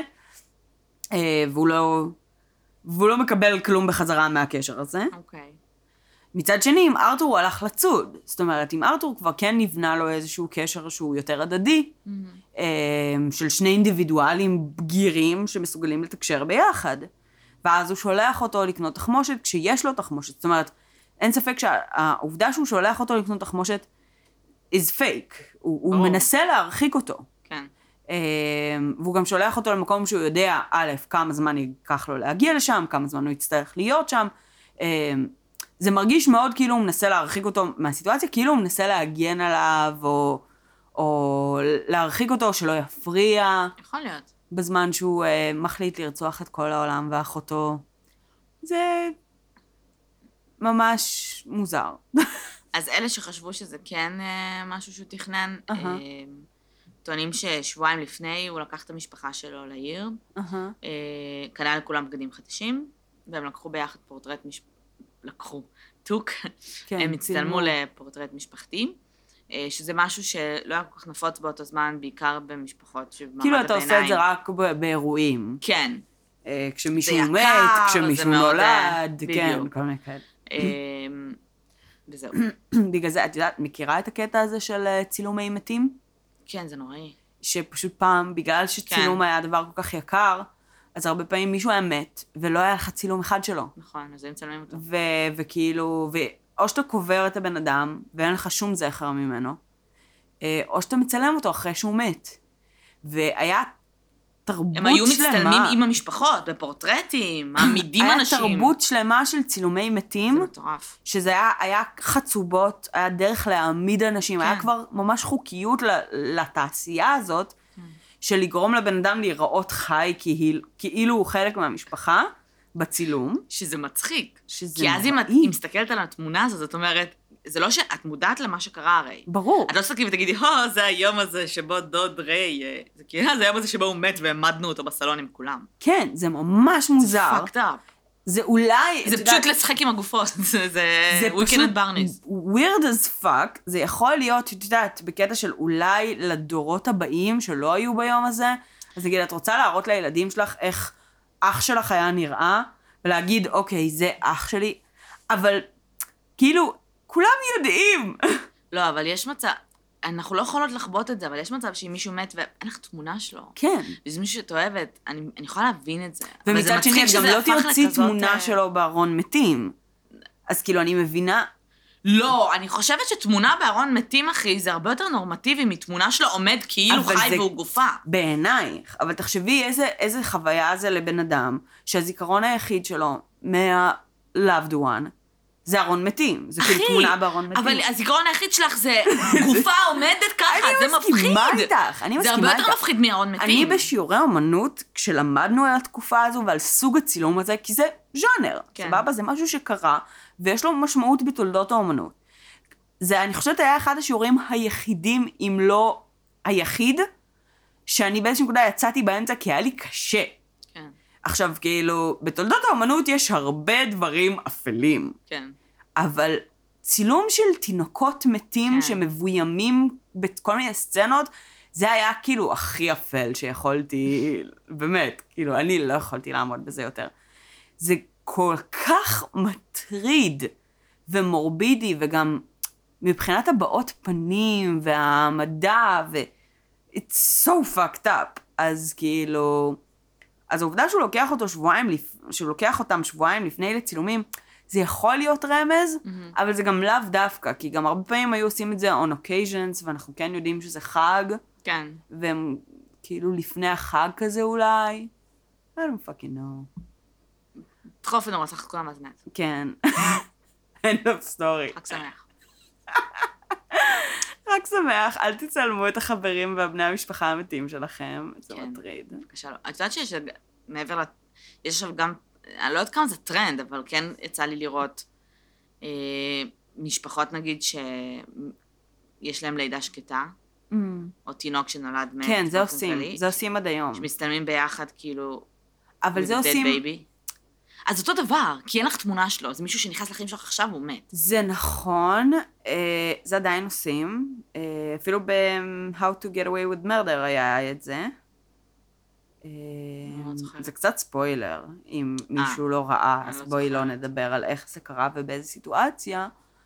והוא לא, והוא לא מקבל כלום בחזרה מהקשר הזה. אוקיי. Okay. מצד שני, אם ארתור הוא הלך לצוד, זאת אומרת, אם ארתור כבר כן נבנה לו איזשהו קשר שהוא יותר הדדי, mm-hmm. של שני אינדיבידואלים בגירים שמסוגלים לתקשר ביחד, ואז הוא שולח אותו לקנות תחמושת כשיש לו תחמושת, זאת אומרת, אין ספק שהעובדה שהוא שולח אותו לקנות תחמושת is fake. הוא, הוא מנסה להרחיק אותו. כן. והוא גם שולח אותו למקום שהוא יודע, א', כמה זמן ייקח לו להגיע לשם, כמה זמן הוא יצטרך להיות שם. זה מרגיש מאוד כאילו הוא מנסה להרחיק אותו מהסיטואציה, כאילו הוא מנסה להגן עליו, או, או להרחיק אותו, שלא יפריע. יכול להיות. בזמן שהוא מחליט לרצוח את כל העולם ואחותו. זה... ממש מוזר. אז אלה שחשבו שזה כן משהו שהוא תכנן, טוענים ששבועיים לפני הוא לקח את המשפחה שלו לעיר, קנה לכולם בגדים חדשים, והם לקחו ביחד פורטרט, לקחו, טוק, הם הצטלמו לפורטרט משפחתי, שזה משהו שלא היה כל כך נפוץ באותו זמן, בעיקר במשפחות שבמעמד הביניים. כאילו אתה עושה את זה רק באירועים. כן. כשמישהו מת, כשמישהו נולד, כן, כל מיני כאלה. וזהו. בגלל זה, את יודעת, מכירה את הקטע הזה של צילומי מתים? כן, זה נוראי. שפשוט פעם, בגלל שצילום היה דבר כל כך יקר, אז הרבה פעמים מישהו היה מת, ולא היה לך צילום אחד שלו. נכון, אז הם צילומים אותו. וכאילו, או שאתה קובר את הבן אדם, ואין לך שום זכר ממנו, או שאתה מצלם אותו אחרי שהוא מת. והיה תרבות שלמה. הם היו מצטלמים עם המשפחות, בפורטרטים, מעמידים אנשים. היה תרבות שלמה של צילומי מתים. זה מטורף. שזה היה, היה חצובות, היה דרך להעמיד אנשים, כן. היה כבר ממש חוקיות לתעשייה הזאת, כן. של לגרום לבן אדם להיראות חי, כאילו הוא חלק מהמשפחה, בצילום. שזה מצחיק. שזה כי אז אם את מסתכלת על התמונה הזאת, זאת אומרת, זה לא שאת מודעת למה שקרה הרי. ברור. את לא תסתכלי ותגידי, הו, זה היום הזה שבו דוד ריי, זה כאילו, זה היום הזה שבו הוא מת והעמדנו אותו בסלון עם כולם. כן, זה ממש מוזר. זה fucked up. זה אולי... זה פשוט לשחק עם הגופות, זה... זה פשוט weird as fuck, זה יכול להיות, את יודעת, בקטע של אולי לדורות הבאים שלא היו ביום הזה, אז נגיד, את רוצה להראות לילדים שלך איך אח שלך היה נראה, ולהגיד, אוקיי, זה אח שלי, אבל כאילו, כולם יודעים. לא, אבל יש מצב, אנחנו לא יכולות לחבוט את זה, אבל יש מצב שאם מישהו מת ואין לך תמונה שלו. כן. וזה מישהו שאת אוהבת, אני, אני יכולה להבין את זה. ומצד שני, גם לא תרצי תמונה שלו בארון מתים. אז כאילו, אני מבינה... לא, אני חושבת שתמונה בארון מתים, אחי, זה הרבה יותר נורמטיבי מתמונה שלו עומד כאילו חי זה... והוא גופה. בעינייך, אבל תחשבי איזה, איזה חוויה זה לבן אדם, שהזיכרון היחיד שלו מה-loved one, זה ארון מתים, זה כאילו תמונה בארון מתים. אבל הזיכרון היחיד שלך זה גופה עומדת ככה, זה מפחיד. אני מסכימה איתך, אני מסכימה איתך. זה הרבה יותר מפחיד מארון מתים. אני בשיעורי אומנות, כשלמדנו על התקופה הזו ועל סוג הצילום הזה, כי זה ז'אנר, סבבה, זה משהו שקרה, ויש לו משמעות בתולדות האומנות. זה, אני חושבת, היה אחד השיעורים היחידים, אם לא היחיד, שאני באיזושהי נקודה יצאתי באמצע, כי היה לי קשה. כן. עכשיו, כאילו, בתולדות האומנות יש הרבה דברים אפלים. כן. אבל צילום של תינוקות מתים כן. שמבוימים בכל מיני סצנות, זה היה כאילו הכי אפל שיכולתי, באמת, כאילו, אני לא יכולתי לעמוד בזה יותר. זה כל כך מטריד ומורבידי, וגם מבחינת הבעות פנים והמדע, ו... it's so fucked up. אז כאילו... אז העובדה שהוא לוקח אותו שבועיים, לפ... שהוא לוקח אותם שבועיים לפני לצילומים, זה יכול להיות רמז, mm-hmm. אבל זה גם לאו דווקא, כי גם הרבה פעמים היו עושים את זה on occasions, ואנחנו כן יודעים שזה חג. כן. והם כאילו לפני החג כזה אולי. I don't fucking know. דחוף נורא, סך כולם אז מת. כן. end of story. רק שמח. רק שמח, אל תצלמו את החברים והבני המשפחה המתים שלכם, זה כן. מטריד. בבקשה לא. את יודעת שיש מעבר ל... יש עכשיו גם, אני לא יודעת כמה זה טרנד, אבל כן יצא לי לראות אה, משפחות נגיד שיש להם לידה שקטה, mm. או תינוק שנולד מת. כן, זה עושים, כללי, זה עושים עד היום. שמצטלמים ביחד כאילו... אבל זה עושים... baby. אז אותו דבר, כי אין לך תמונה שלו, זה מישהו שנכנס לחיים שלך עכשיו, הוא מת. זה נכון, זה עדיין עושים, אפילו ב-How to get away with murder היה את זה. זה קצת ספוילר, אם מישהו לא ראה, אז בואי לא נדבר על איך זה קרה ובאיזה סיטואציה.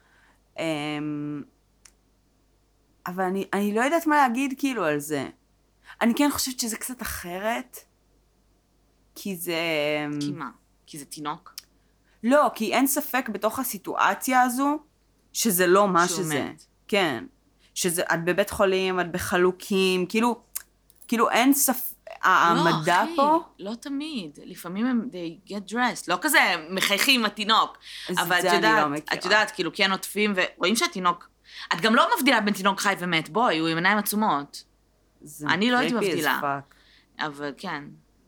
אבל אני, אני לא יודעת מה להגיד כאילו על זה. אני כן חושבת שזה קצת אחרת, כי זה... כי מה? כי זה תינוק? לא, כי אין ספק בתוך הסיטואציה הזו, שזה לא מה שזה. מת. כן. שזה, את בבית חולים, את בחלוקים, כאילו, כאילו אין ספק, העמדה לא, פה... אחי, לא תמיד. לפעמים הם, they get dressed. לא כזה מחייכים עם התינוק. אבל את יודעת, לא את יודעת, כאילו, כן עוטפים, ורואים שהתינוק... את גם לא מבדילה בין תינוק חי ומת, בואי, הוא עם עיניים עצומות. אני לא הייתי מבדילה. אבל כן.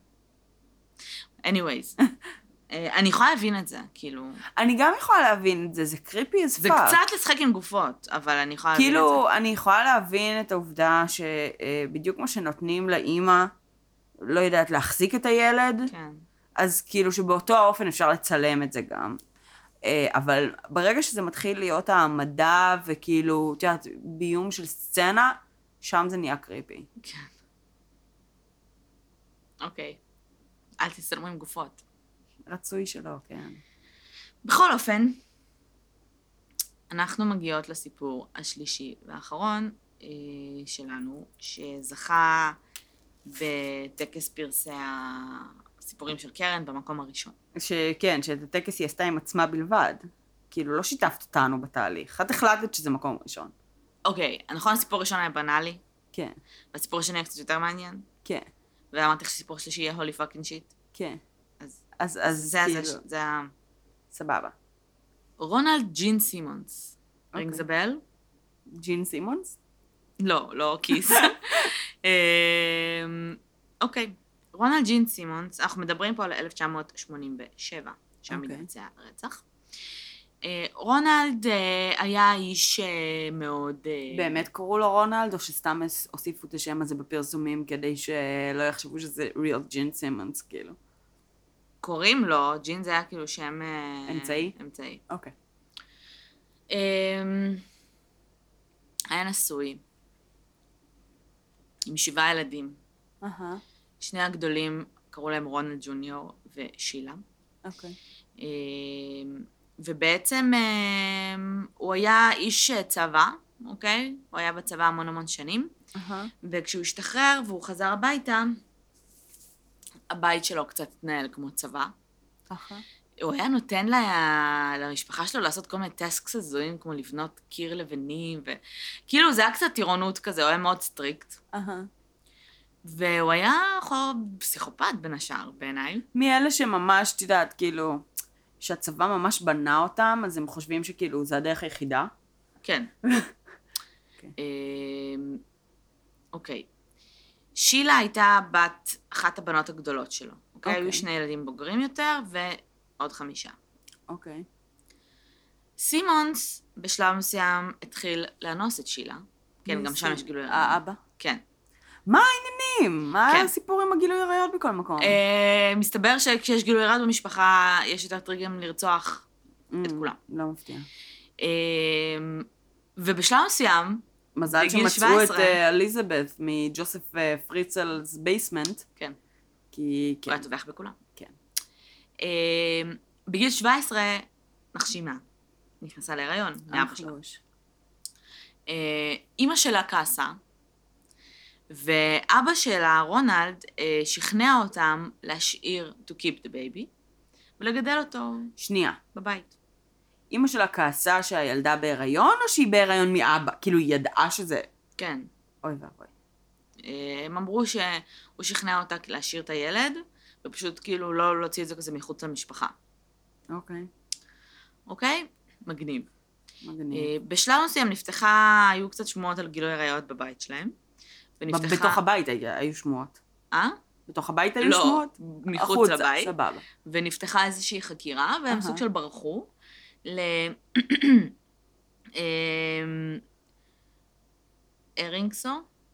anyways. אני יכולה להבין את זה, כאילו... אני גם יכולה להבין את זה, זה קריפי as fuck. זה קצת לשחק עם גופות, אבל אני יכולה להבין את זה. כאילו, אני יכולה להבין את העובדה שבדיוק כמו שנותנים לאמא, לא יודעת, להחזיק את הילד, כן. אז כאילו שבאותו האופן אפשר לצלם את זה גם. אבל ברגע שזה מתחיל להיות העמדה וכאילו, את יודעת, ביום של סצנה, שם זה נהיה קריפי. כן. אוקיי. אל תצלמו עם גופות. רצוי שלא, כן. בכל אופן, אנחנו מגיעות לסיפור השלישי והאחרון אה, שלנו, שזכה בטקס פרסי הסיפורים של קרן במקום הראשון. שכן, שאת הטקס היא עשתה עם עצמה בלבד. כאילו, לא שיתפת אותנו בתהליך. את החלטת שזה מקום ראשון. אוקיי, נכון, הסיפור הראשון היה בנאלי? כן. והסיפור השני היה קצת יותר מעניין? כן. ואמרתי לך שסיפור שלישי יהיה הולי פאקינג שיט? כן. אז, אז, אז זה, כאילו... זה, זה ה... סבבה. רונלד ג'ין סימונס. רינג זה בל? ג'ין סימונס? לא, לא כיס. אוקיי. רונלד ג'ין סימונס, אנחנו מדברים פה על אלף תשע מאות שמונים ושבע, שם מתבצע הרצח. אה, רונלד אה, היה איש אה, מאוד... אה, באמת קראו לו רונלד, או שסתם הוסיפו את השם הזה בפרסומים כדי שלא יחשבו שזה real ג'ין סימונס, כאילו? קוראים לו, ג'ין זה היה כאילו שם... אה, אמצעי? אמצעי. אוקיי. אה, היה נשוי. עם שבעה ילדים. אהה, שני הגדולים קראו להם רונלד ג'וניור ושילה. אוקיי. אה, ובעצם אה, הוא היה איש צבא, אוקיי? הוא היה בצבא המון המון שנים, אהה, וכשהוא השתחרר והוא חזר הביתה, הבית שלו קצת התנהל כמו צבא. אהה. הוא היה נותן לה, למשפחה שלו לעשות כל מיני טסקס הזויים, כמו לבנות קיר לבנים, וכאילו זה היה קצת טירונות כזה, הוא היה מאוד סטריקט. אהה. והוא היה חור פסיכופת בין השאר, בעיניי. מאלה שממש, את יודעת, כאילו, שהצבא ממש בנה אותם, אז הם חושבים שכאילו זה הדרך היחידה. כן. אוקיי. אמ, אוקיי. שילה הייתה בת אחת הבנות הגדולות שלו. אוקיי? אוקיי. היו שני ילדים בוגרים יותר ועוד חמישה. אוקיי. סימונס בשלב מסוים התחיל לאנוס את שילה. כן, גם שם יש גילוי עריות. האבא? כן. מה העניינים? מה כן. הסיפור עם הגילוי עריות בכל מקום? אה, מסתבר שכשיש גילוי עריות במשפחה, יש יותר טריגרים לרצוח את כולם. לא מפתיע. אה, ובשלב מסוים, מזל בגיל שמצאו שבע את עשרה. אה, אליזבת מג'וסף אה, פריצלס בייסמנט, כן, כי הוא כן. היה טובח בכולם. כן. אה, בגיל שבע עשרה נחשימה, נכנסה להיריון מאבא שלה. אחלוש. אה, אימא שלה כעסה, ואבא שלה, רונלד, אה, שכנע אותם להשאיר to keep the baby, ולגדל אותו שנייה, בבית. אמא שלה כעסה שהילדה בהיריון, או שהיא בהיריון מאבא? כאילו, היא ידעה שזה... כן. אוי ואבוי. אה, הם אמרו שהוא שכנע אותה להשאיר את הילד, ופשוט כאילו לא להוציא את זה כזה מחוץ למשפחה. אוקיי, אוקיי? מגניב. מגניב. אה, בשלב מסוים נפתחה, היו קצת שמועות על גילוי עריות בבית שלהם. ונפתחה... בתוך הבית היה- היו שמועות. אה? בתוך הבית היו לא, שמועות? מחוץ החוצה, לבית. סבבה. ונפתחה איזושהי חקירה, והם אהה. סוג של ברחו ל... אמ, ארינגסו,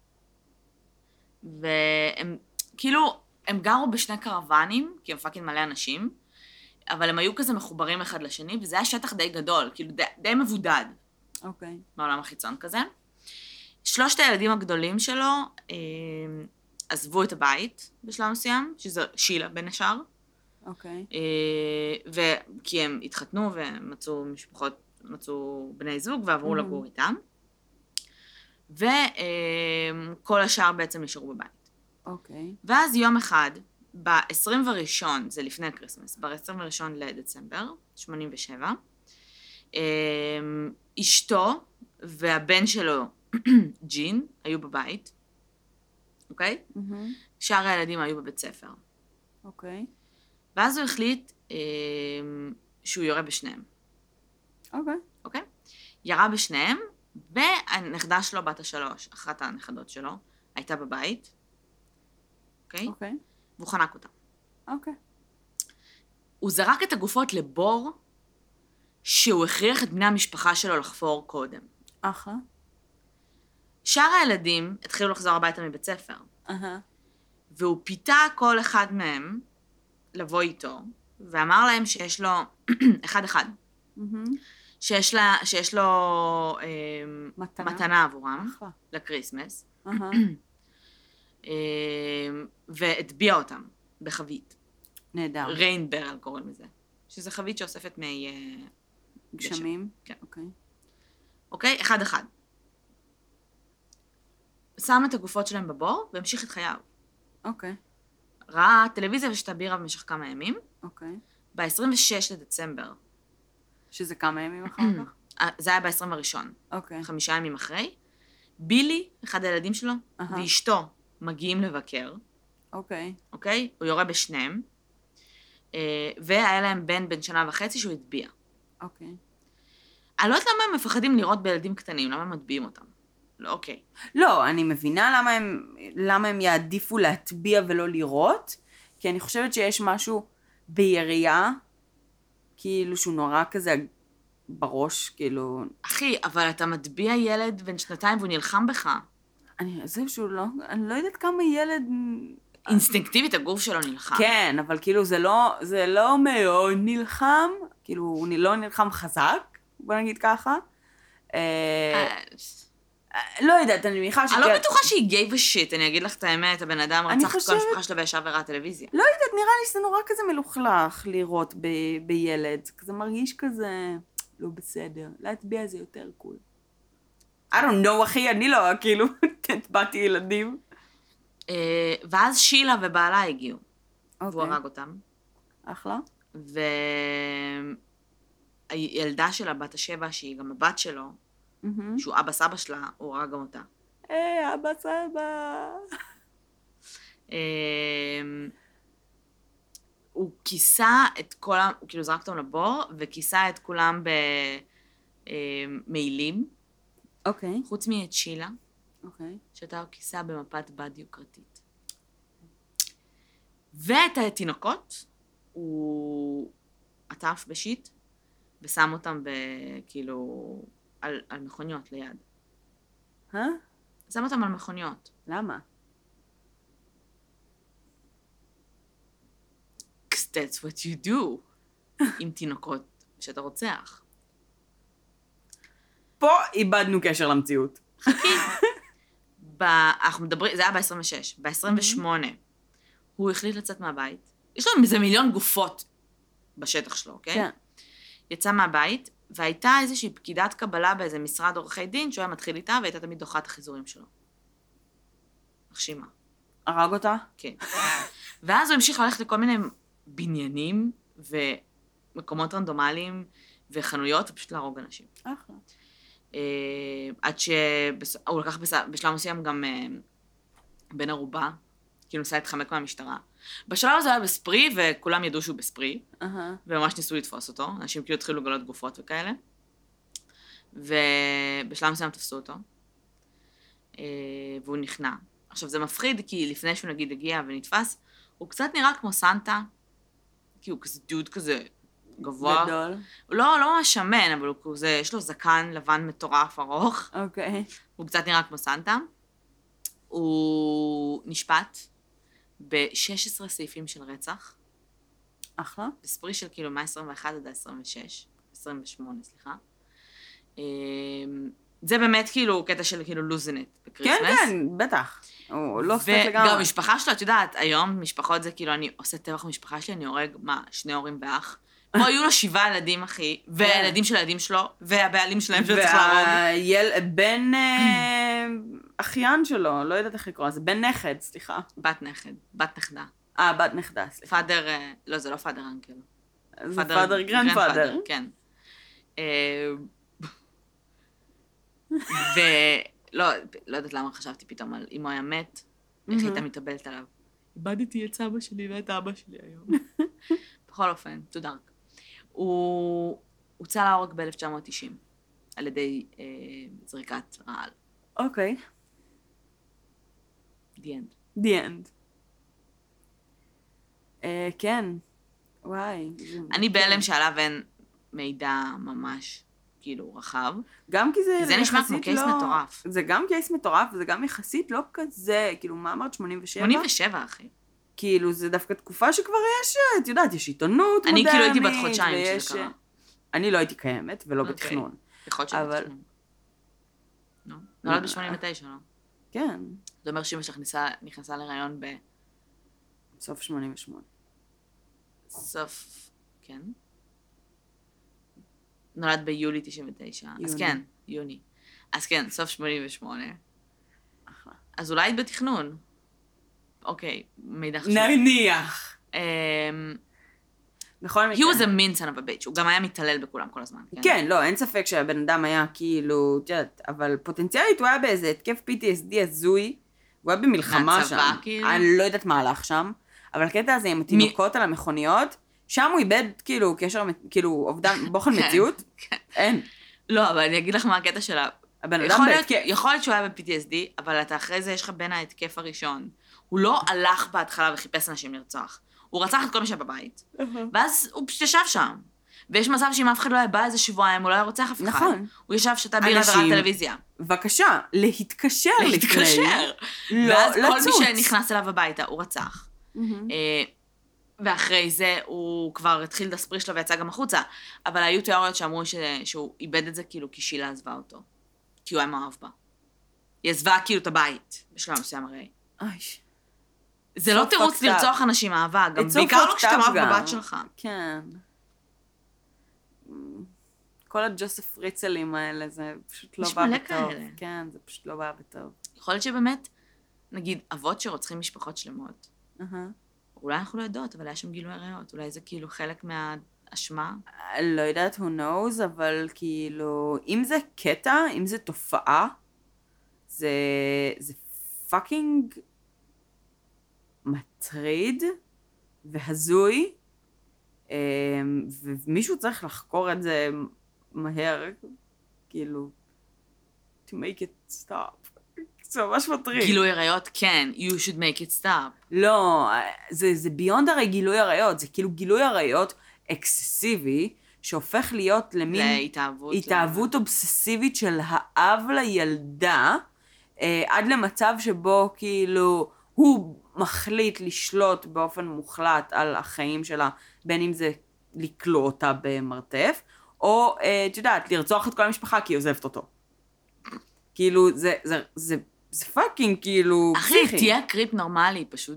והם כאילו, הם גרו בשני קרוונים, כי הם פאקינג מלא אנשים, אבל הם היו כזה מחוברים אחד לשני, וזה היה שטח די גדול, כאילו די, די מבודד אוקיי. בעולם החיצון כזה. שלושת הילדים הגדולים שלו אה, עזבו את הבית בשלב מסוים, שזה שילה בין השאר, אוקיי. אה, וכי הם התחתנו ומצאו משפחות, מצאו בני זוג ועברו Mhm. לגור איתם, וכל השאר בעצם נשארו בבית. אוקיי. ואז יום אחד, ב-עשרים וראשון, זה לפני הקריסמס, ב-עשרים וראשון לדצמבר, שמונים ושבע, אשתו והבן שלו, ג'ין, היו בבית, אוקיי? מהמם. שאר הילדים היו בבית ספר. אוקיי. ואז הוא החליט אה, שהוא יורה בשניהם, אוקיי. אוקיי? ירה בשניהם, והנכדה שלו, בת השלוש, אחת הנכדות שלו, הייתה בבית, אוקיי? אוקיי. והוא חנק אותה. אוקיי. הוא זרק את הגופות לבור שהוא הכריח את בני המשפחה שלו לחפור קודם. אחלה. שאר הילדים התחילו לחזור הביתה מבית ספר, אהה. והוא פיתה כל אחד מהם לבוא איתו, ואמר להם שיש לו, אחד אחד, מהמם. שיש, לה, שיש לו אה, מתנה. מתנה עבורם, אחלה. לקריסמס, אהה. אה, והטביע אותם בחבית. נהדר. ריין ברל קוראים לזה, שזה חבית שאוספת מי... אה, גשמים? כן. אוקיי. אוקיי? אחד אחד. שם את הגופות שלהם בבור והמשיך את חייו. אוקיי. ראה טלוויזיה ושתה בירה במשך כמה ימים. אוקיי. ב-עשרים ושש לדצמבר, שזה כמה ימים אחר כך? אה, זה היה ב-עשרים הראשון, אוקיי. חמישה ימים אחרי, בילי, אחד הילדים שלו, אהה. ואשתו מגיעים לבקר, אוקיי. אוקיי? הוא יורה בשניהם, אה, והיה להם בן בן שנה וחצי שהוא הטביע. אוקיי. אני לא יודעת למה הם מפחדים לראות בילדים קטנים, למה הם מטביעים אותם. לא, אוקיי. לא, אני מבינה למה הם, למה הם יעדיפו להטביע ולא לראות, כי אני חושבת שיש משהו בירייה, כאילו שהוא נורא כזה בראש, כאילו... אחי, אבל אתה מטביע ילד בן שנתיים והוא נלחם בך. אני, זהו שהוא לא, אני לא יודעת כמה ילד... אינסטינקטיבית הגוף שלו נלחם. כן, אבל כאילו זה לא, זה לא מאוד נלחם, כאילו הוא לא נלחם חזק, בוא נגיד ככה. אה, לא יודעת, אני מניחה שכן... אני לא בטוחה שהיא gave a shit, אני אגיד לך את האמת, הבן אדם רצח את כל המשפחה שלו וישב וראה טלוויזיה. לא יודעת, נראה לי שזה נורא כזה מלוכלך לראות ב- בילד, כזה מרגיש כזה לא בסדר, להטביע זה יותר קול. I don't know, אחי, אני לא, כאילו, הטבעתי ילדים. ואז שילה ובעלה הגיעו, והוא אוקיי. הרג אותם. אחלה. והילדה שלה, בת השבע, שהיא גם הבת שלו, שהוא אבא סבא שלה, הוא הרג גם אותה. היי, אבא סבא. הוא כיסה את כל, הוא כאילו זרק אותם לבור, וכיסה את כולם במעילים. אוקיי. חוץ מאת שילה, אוקיי. שאתה הוא כיסה במפת בד יוקרתית. ואת התינוקות, הוא עטף בשיט, ושם אותם כאילו על, על מכוניות ליד. אה? שם אותם על מכוניות. למה? That's what you do עם תינוקות שאתה רוצח. פה איבדנו קשר למציאות. חכי. אנחנו מדברים, זה היה ב-עשרים ושש. ב-עשרים ושמונה הוא החליט לצאת מהבית. יש לנו איזה מיליון גופות בשטח שלו, אוקיי? כן. יצא מהבית, והייתה איזושהי פקידת קבלה באיזה משרד עורכי דין, שהוא היה מתחיל איתה, והייתה תמיד דוחה את החיזורים שלו. מרשימה. הרג אותה? כן. ואז הוא המשיך ללכת לכל מיני בניינים, ומקומות רנדומליים, וחנויות, ופשוט להרוג אנשים. אחלה. עד שהוא לקח בשלב מסוים גם בן ערובה, כאילו ניסה להתחמק מהמשטרה. בשלב הזה היה בספרי, וכולם ידעו שהוא בספרי, וממש ניסו לתפוס אותו. אנשים כאילו התחילו לגלות גופות וכאלה. ובשלב מסוים תפסו אותו, והוא נכנע. עכשיו זה מפחיד, כי לפני שהוא נגיד הגיע ונתפס, הוא קצת נראה כמו סנטה, כי הוא כזה דוד כזה גבוה. גדול. הוא לא, לא ממש שמן, אבל הוא כזה, יש לו זקן לבן מטורף ארוך. אוקיי. הוא קצת נראה כמו סנטה. הוא נשפט ב-שש עשרה סעיפים של רצח. אחלה. בספרי של כאילו מה-עשרים ואחת עד ה-עשרים ושש. עשרים ושמונה, סליחה. זה באמת כאילו קטע של כאילו לוזנט בקריסמס. כן, כן, בטח. הוא לא ספק לגמרי. וגם משפחה שלו, את יודעת, היום משפחות זה כאילו, אני עושה טבח במשפחה שלי, אני הורג, מה, שני הורים ואח. פה היו לו שבעה ילדים, אחי, והילדים של הילדים שלו, והבעלים שלהם שלו צריך להרוג. בן אחיין שלו, לא יודעת איך לקרוא, זה בן נכד, סליחה. בת נכד, בת נכדה. אה, בת נכדה, סליחה. פאדר, לא, זה לא פאדר אנקל. זה פאדר גרנדפאדר. כן. ולא, לא יודעת למה חשבתי פתאום על אם הוא היה מת, איך הייתה מתאבלת עליו. איבדתי את סבא שלי ואת אבא שלי היום. בכל אופן, to dark. הוא הוצא להורג ב-אלף תשע מאות תשעים, על ידי אה, זריקת רעל. אוקיי. The end. The end. Uh, כן. וואי. אני בהלם שעליו אין מידע ממש, כאילו, רחב. גם כי זה... זה נשמע כמו קייס לא... מטורף. זה גם קייס מטורף, וזה גם יחסית לא כזה, כאילו, מה אמרת? שמונים ושבע? שמונים ושבע, אחי. כאילו, זה דווקא תקופה שכבר יש, את יודעת, יש עיתונות אני מודרנית. כאילו הייתי בת חודשיים שזה קרה. אני לא הייתי קיימת, ולא okay. בתכנון. יכול להיות אבל... שבתכנון. לא? נולד ב-שמונים ותשע, לא? כן. זה אומר שאמא שלך נכנסה להיריון ב... סוף שמונים ושמונה. סוף, כן. נולד ביולי תשעים ותשע. יוני. אז כן, יוני. אז כן, סוף שמונים ושמונה. אחלה. אז אולי היית בתכנון. אוקיי, מידע חשוב. נניח. בכל מקרה. He was a mean son of a bitch. הוא גם היה מתעלל בכולם כל הזמן. כן, כן, לא, אין ספק שהבן אדם היה כאילו, תיודעת, אבל פוטנציאלית הוא היה באיזה התקף פי טי אס די הזוי, הוא היה במלחמה מהצבא, שם. כאילו. אני לא יודעת מה הלך שם, אבל הקטע הזה עם התינוקות על המכוניות, שם הוא איבד כאילו קשר, כאילו אובדן, בוחן מציאות, אין. לא, אבל אני אגיד לך מה הקטע שלה. הבן אדם בהתקף. יכול להיות שהוא היה ב-פי טי אס די, אבל אתה אחרי זה יש לך בין ההתקף הראשון. הוא לא הלך בהתחלה וחיפש אנשים לרצוח. הוא רצח את כל מי שבבית, ואז הוא פשוט ישב שם. ויש מצב שאם אף אחד לא היה בא איזה שבועיים, הוא לא היה רוצח אף אחד. נכון. הוא ישב שאתה בירה ורק טלוויזיה. בבקשה, להתקשר לפני. להתקשר. לא ואז לצוץ. כל מי שנכנס אליו הביתה, הוא רצח. ואחרי זה הוא כבר התחיל את הספרי שלו ויצא גם החוצה. אבל היו תיאוריות שאמרו ש... שהוא איבד את זה כאילו כי שילה עזבה אותו. כי הוא היה מאוהב בה. היא עזבה כאילו את הבית, בשלב מסוים הרי. אוי. זה לא תירוץ לרצוח אנשים אהבה, גם בעיקר לא כשאתה מאוהב בבת שלך. כן. כל הג'וסף פריצלים האלה, זה פשוט לא בא בטוב. כן, זה פשוט לא בא בטוב. יכול להיות שבאמת, נגיד, אבות שרוצחים משפחות שלמות, אולי אנחנו לא יודעות, אבל היה שם גילוי עריות, אולי זה כאילו חלק מהאשמה. לא יודעת, who knows, אבל כאילו, אם זה קטע, אם זה תופעה, זה, זה פאקינג מטריד והזוי, ומישהו צריך לחקור את זה מהר, כאילו, to make it stop. זה ממש מטריד. גילוי עריות, כן, you should make it stop. לא, זה, זה beyond הרי גילוי עריות, זה כאילו גילוי עריות אקססיבי, שהופך להיות למין... להתאהבות. התאהבות אובססיבית של האב לילדה, אה, עד למצב שבו כאילו הוא מחליט לשלוט באופן מוחלט על החיים שלה, בין אם זה לקלוא אותה במרתף, או, אה, את יודעת, לרצוח את כל המשפחה כי היא עוזבת אותו. כאילו, זה, זה, זה, זה פאקינג, כאילו, פסיכי. אחי, תהיה קריפ נורמלי, פשוט.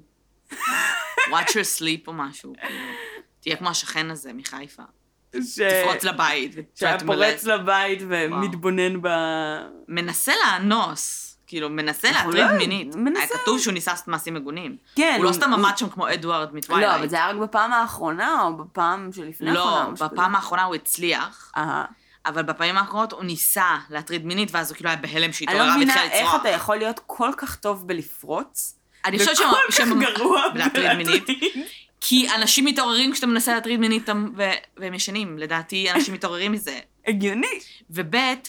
watch your sleep או משהו. תהיה כמו השכן הזה מחיפה. ש... תפרוץ לבית. שפורץ לבית ומתבונן ב... מנסה לאנוס. כאילו, מנסה להטריד מינית. היה כתוב שהוא ניסה מעשים מגונים. כן. הוא לא סתם עמד שם כמו אדוארד מטווילייט. לא, אבל זה היה רק בפעם האחרונה, או בפעם שלפני האחרונה. לא, בפעם האחרונה הוא הצליח. אבל בפעמים האחרונות הוא ניסה להטריד מינית, ואז הוא כאילו היה בהלם שהתעוררה והתחילה לצרוח. אני לא מבינה איך אתה יכול להיות כל כך טוב בלפרוץ, אני חושבת שהם להטריד מינית. כי אנשים מתעוררים כשאתה מנסה להטריד מינית והם ישנים. לדעתי, אנשים מתעוררים מזה. הגיוני. ובית,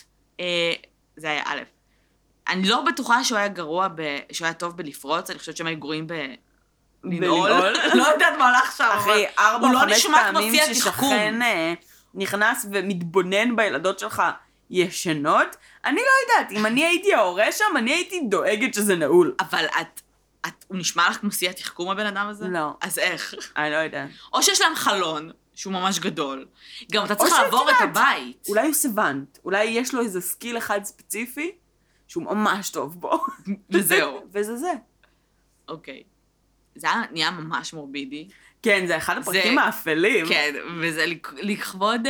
זה היה א', אני לא בטוחה שהוא היה גרוע, שהוא היה טוב בלפרוץ, אני חושבת שהם היו גרועים בלנעול. לא יודעת מה הולך שם. אחרי ארבע או חמש פעמים ששכן נכנס ומתבונן בילדות שלך ישנות, אני לא יודעת, אם אני הייתי ההורה שם, אני הייתי דואגת שזה נעול. אבל את... את, הוא נשמע לך כמו שיא התחכום הבן אדם הזה? לא. אז איך? אני לא יודעת. או שיש להם חלון, שהוא ממש גדול. גם אתה צריך לעבור את הבית. אולי הוא סוונט. אולי יש לו איזה סקיל אחד ספציפי, שהוא ממש טוב בו. וזהו. וזה זה. אוקיי. זה נהיה ממש מורבידי. כן, זה אחד הפרקים האפלים. כן, וזה לכבוד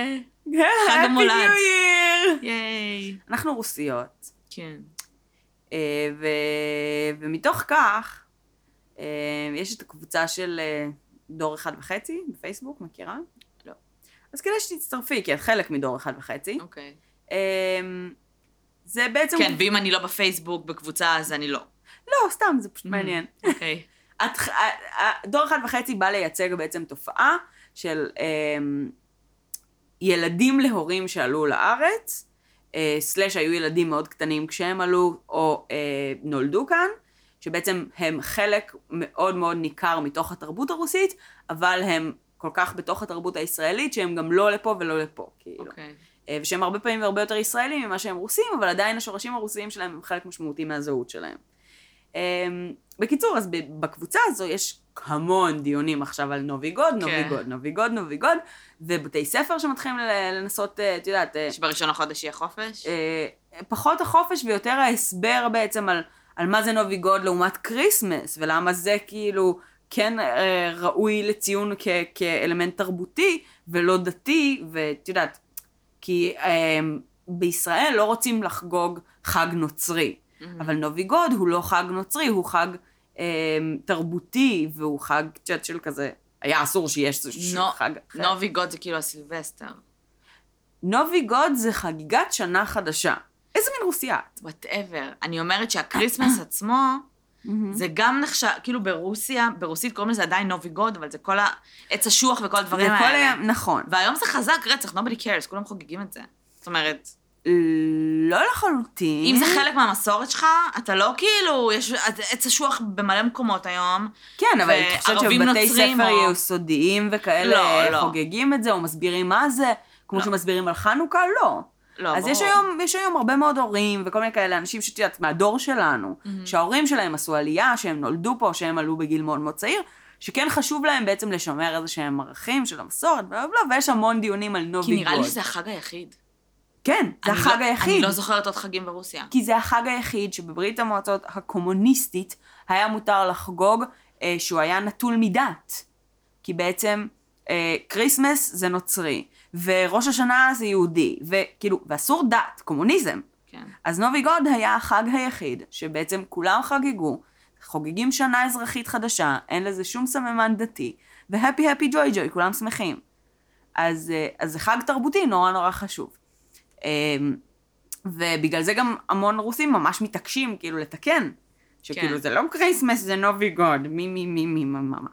חג המולד. Happy New Year! ייי. אנחנו רוסיות. כן. ו... ומתוך כך, יש את הקבוצה של דור אחד וחצי בפייסבוק, מכירה? לא. אז כדאי שתצטרפי, כי את חלק מדור אחד וחצי. אוקיי. זה בעצם... כן, ואם אני לא בפייסבוק בקבוצה, אז אני לא. לא, סתם, זה פשוט מעניין. אוקיי. דור אחד וחצי בא לייצג בעצם תופעה של ילדים להורים שעלו לארץ, סלש היו ילדים מאוד קטנים כשהם עלו או אה, נולדו כאן, שבעצם הם חלק מאוד מאוד ניכר מתוך התרבות הרוסית, אבל הם כל כך בתוך התרבות הישראלית שהם גם לא לפה ולא לפה, כאילו. Okay. אה, ושהם הרבה פעמים הרבה יותר ישראלים ממה שהם רוסים, אבל עדיין השורשים הרוסיים שלהם הם חלק משמעותי מהזהות שלהם. אה, בקיצור, אז בקבוצה הזו יש המון דיונים עכשיו על נובי גוד, נובי גוד, נובי גוד, נובי גוד, ובתי ספר שמתחילים לנסות, את יודעת... שבראשון החודש יהיה חופש? פחות החופש ויותר ההסבר בעצם על, על מה זה נובי גוד לעומת קריסמס, ולמה זה כאילו כן ראוי לציון כ, כאלמנט תרבותי ולא דתי, ואת יודעת, כי בישראל לא רוצים לחגוג חג נוצרי, אבל נובי גוד הוא לא חג נוצרי, הוא חג תרבותי, והוא חג צ'אט של כזה, היה אסור שיש חג אחר. נובי גוד זה כאילו הסילבסטר. נובי גוד זה חגיגת שנה חדשה. איזה מין רוסיית? whatever. אני אומרת שהקריסמס עצמו, זה גם נחשב, כאילו ברוסיה, ברוסית קוראים לזה עדיין נובי גוד, אבל זה כל העץ השוח וכל הדברים האלה. נכון. והיום זה חזק רצח, nobody cares, כולם חוגגים את זה. זאת אומרת... לא לחלוטין. אם זה חלק מהמסורת שלך, אתה לא כאילו, יש עץ אשוח במלא מקומות היום. כן, אבל אני חושבת שבתי ספר או... יסודיים וכאלה לא, לא. חוגגים את זה, או מסבירים מה זה, כמו לא. שמסבירים על חנוכה, לא. לא, אז יש היום, יש היום הרבה מאוד הורים וכל מיני כאלה אנשים שתיאת מהדור שלנו, mm-hmm. שההורים שלהם עשו עלייה, שהם נולדו פה, שהם עלו בגיל מאוד מאוד צעיר, שכן חשוב להם בעצם לשמר איזה שהם ערכים של המסורת, בלה בלה, ויש המון דיונים על נובי גוד. כי נראה לי שזה החג היחיד. כן, זה החג לא, היחיד. אני לא זוכרת עוד חגים ברוסיה. כי זה החג היחיד שבברית המועצות הקומוניסטית היה מותר לחגוג אה, שהוא היה נטול מדת. כי בעצם אה, קריסמס זה נוצרי, וראש השנה זה יהודי, וכאילו, ואסור דת, קומוניזם. כן. אז נובי גוד היה החג היחיד, שבעצם כולם חגגו, חוגגים שנה אזרחית חדשה, אין לזה שום סממן דתי, והפי הפי ג'וי ג'וי, כולם שמחים. אז, אז זה חג תרבותי נורא נורא חשוב. ובגלל זה גם המון רוסים ממש מתעקשים, כאילו, לתקן. שכאילו, זה לא קריסמס, זה נובי גוד, מי, מי, מי, מי, מה, מה.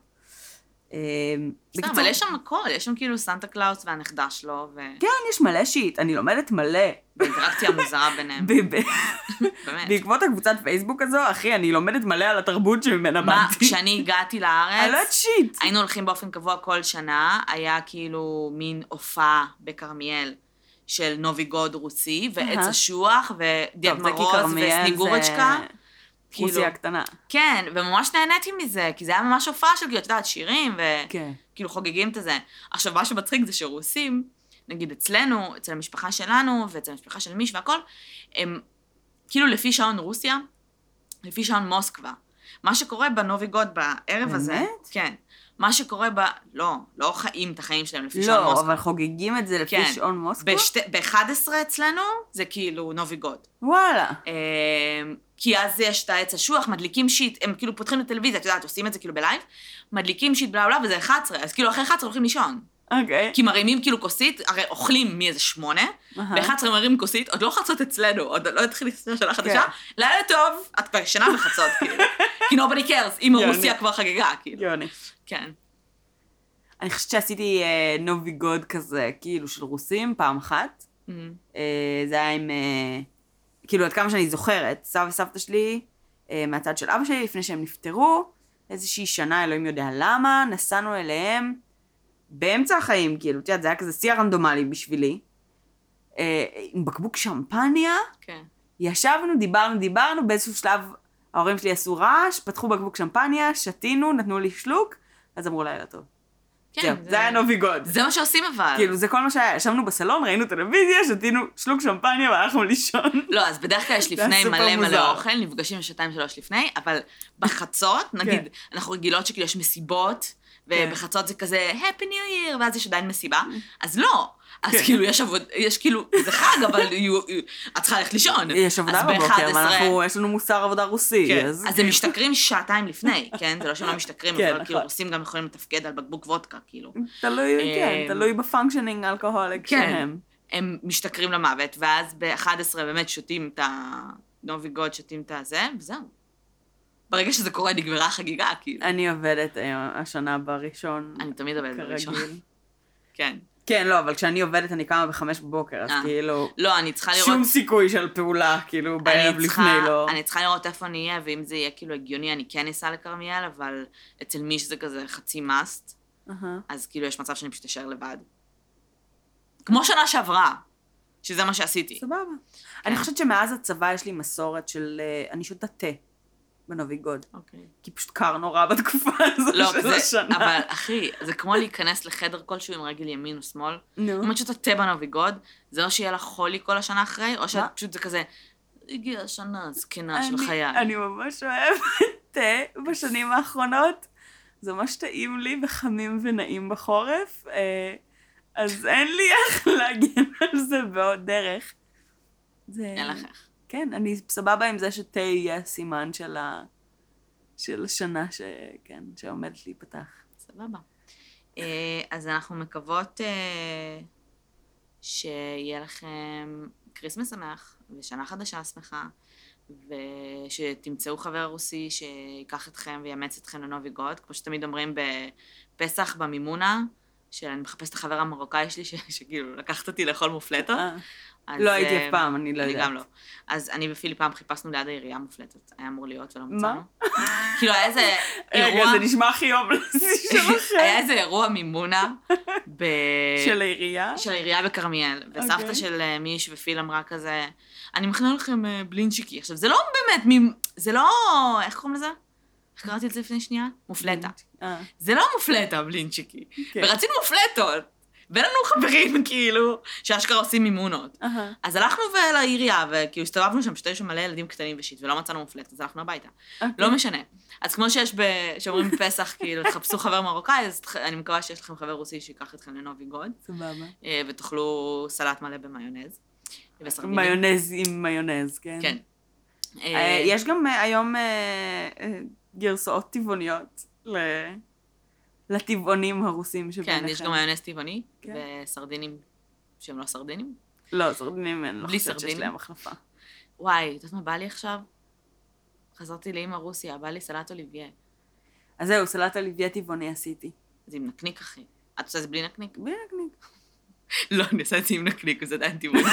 בסדר, אבל יש שם הכל, יש שם כאילו סנטה קלאוס והנכדה שלו, ו... כן, יש מלא שיט, אני לומדת מלא. באינטראקציה מוזרה ביניהם. באמת. בעקבות הקבוצת פייסבוק הזו, אחי, אני לומדת מלא על התרבות שממנה באתי. מה, כשאני הגעתי לארץ, אני לא יודעת שיט. היינו הולכים באופן קבוע כל שנה, היה כאילו מין הופעה בכרמיאל של נובי גוד רוסי, ועץ אשוח, ודיאד מרוז, וסניגורצ'קה. רוסיה הקטנה. כן, וממש נהניתי מזה, כי זה היה ממש הופעה של, את יודעת, שירים, וכאילו חוגגים את זה. עכשיו, מה שמצחיק זה שרוסים, נגיד אצלנו, אצל המשפחה שלנו, ואצל המשפחה של מיש והכל, הם כאילו לפי שעון רוסיה, לפי שעון מוסקבה. מה שקורה בנובי גוד בערב הזה, באמת? כן. מה שקורה ב... לא, לא חיים את החיים שלהם לפי שעון מוסקבה. לא, אבל חוגגים את זה לפי שעון מוסקבה? ב-אחת עשרה אצלנו זה כאילו נובי גוד. וואלה. כי אז יש את העץ אשוח, מדליקים שיט, הם כאילו פותחים לטלוויזיה, את יודעת, עושים את זה כאילו בלייב, מדליקים שיט בלה בלה, וזה אחת עשרה, אז כאילו אחרי אחת עשרה הולכים לישון. אוקיי. כי מרימים כאילו כוסית, הרי אוכלים מאיזה שמונה, ב-אחת עשרה מרימים כוסית, עוד לא חצות אצלנו, עוד לא התחיל לפני שנה חדשה, לילה טוב, את כבר ישנה בחצות, כאילו. כי nobody cares, אם רוסיה כבר חגגה, כאילו. יוני. כן. אני חושבת שעשיתי נובי גוד כזה, כאילו של רוסים, פעם אחת. זה היה עם... כאילו, עד כמה שאני זוכרת, סבא וסבתא שלי, מהצד של אבא שלי, לפני שהם נפטרו, איזושהי שנה, אלוהים יודע למה, נסענו אליהם באמצע החיים, כאילו, תיאת, זה היה כזה שיא רנדומלי בשבילי, עם בקבוק שמפניה, כן. ישבנו, דיברנו, דיברנו, באיזשהו שלב ההורים שלי עשו רעש, פתחו בקבוק שמפניה, שתינו, נתנו לי שלוק, אז אמרו לילה טוב. כן, זהו, זה... זה היה נובי גוד. זה מה שעושים אבל. כאילו, זה כל מה שהיה. ישבנו בסלון, ראינו טלוויזיה, שתינו שלוק שמפניה והלכנו לישון. לא, אז בדרך כלל יש לפני מלא מלא אוכל, נפגשים שעתיים שלוש לפני, אבל בחצות, נגיד, אנחנו רגילות שכאילו יש מסיבות, ובחצות זה כזה, Happy New Year, ואז יש עדיין מסיבה, אז לא. אז כאילו, יש עבוד, יש כאילו, זה חג, אבל את צריכה ללכת לישון. יש עבודה בבוקר, ואנחנו, יש לנו מוסר עבודה רוסי. אז הם משתכרים שעתיים לפני, כן? זה לא שהם לא משתכרים, אבל כאילו, רוסים גם יכולים לתפקד על בקבוק וודקה, כאילו. תלוי, כן, תלוי בפונקשנינג אלכוהוליק שלהם. הם משתכרים למוות, ואז ב-אחת עשרה באמת שותים את הנובי גוד, שותים את הזה, וזהו. ברגע שזה קורה, נגמרה החגיגה, כאילו. אני עובדת השנה בראשון. אני תמיד עובדת בראשון. כן. כן, לא, אבל כשאני עובדת אני קמה בחמש בבוקר, אז כאילו... לא, אני צריכה לראות... שום סיכוי של פעולה, כאילו, בערב לפני, לא... אני צריכה לראות איפה אני אהיה, ואם זה יהיה כאילו הגיוני, אני כן אסע לכרמיאל, אבל אצל מיש זה כזה חצי מאסט, אז כאילו יש מצב שאני פשוט אשאר לבד. כמו שנה שעברה, שזה מה שעשיתי. סבבה. אני חושבת שמאז הצבא יש לי מסורת של... אני שותה תה. בנובי גוד. אוקיי. כי פשוט קר נורא בתקופה הזו של השנה. אבל אחי, זה כמו להיכנס לחדר כלשהו עם רגל ימין או שמאל. נו. אם את שותה תה בנובי גוד, זה או שיהיה לך חולי כל השנה אחרי, או שפשוט זה כזה, הגיעה השנה זקנה של חיי. אני ממש אוהבת תה בשנים האחרונות. זה ממש טעים לי וחמים ונעים בחורף. אז אין לי איך להגן על זה בעוד דרך. אין לך איך. כן, אני סבבה עם זה שתה יהיה הסימן של, ה... של השנה ש... כן, שעומדת להיפתח. סבבה. אז אנחנו מקוות שיהיה לכם כריסמס שמח ושנה חדשה שמחה, ושתמצאו חבר רוסי שיקח אתכם ויאמץ אתכם לנובי גוד, כמו שתמיד אומרים בפסח במימונה, שאני מחפשת את החבר המרוקאי שלי, שכאילו לקחת אותי לאכול מופלטות. לא הייתי אף פעם, אני לא יודעת. אני גם לא. אז אני ופילי פעם חיפשנו ליד העירייה מופלטות, היה אמור להיות ולא מצאנו. כאילו היה איזה אירוע... רגע, זה נשמע הכי הומלסי שלכם. היה איזה אירוע מימונה של העירייה? של העירייה בכרמיאל, וסבתא של מיש ופיל אמרה כזה, אני מכנה לכם בלינצ'יקי. עכשיו, זה לא באמת, זה לא, איך קוראים לזה? איך קראתי את זה לפני שנייה? מופלטה. זה לא מופלטה, בלינצ'יקי. ורצינו מופלטות. ואין לנו חברים, כאילו, שאשכרה עושים מימונות. אז הלכנו לעירייה, וכאילו הסתובבנו שם, שתי שם מלא ילדים קטנים ושיט, ולא מצאנו מופלט, אז הלכנו הביתה. לא משנה. אז כמו שיש, שאומרים בפסח, כאילו, תחפשו חבר מרוקאי, אז אני מקווה שיש לכם חבר רוסי שיקח אתכם לנובי גוד. סבבה. ותאכלו סלט מלא במיונז. מיונז עם מיונז, כן. כן. יש גם היום גרסאות טבעוניות לטבעונים הרוסים שביניכם. כן, יש גם מיונז טבעוני, וסרדינים שהם לא סרדינים. לא, סרדינים אין, לא חושבת שיש להם החלפה. וואי, יודעת מה בא לי עכשיו? חזרתי לאמא רוסיה, בא לי סלט אוליביה. אז זהו, סלט אוליביה טבעוני עשיתי. זה עם נקניק, אחי. את עושה את זה בלי נקניק? בלי נקניק. לא, אני עושה את זה עם נקניק, וזה עדיין טבעוני.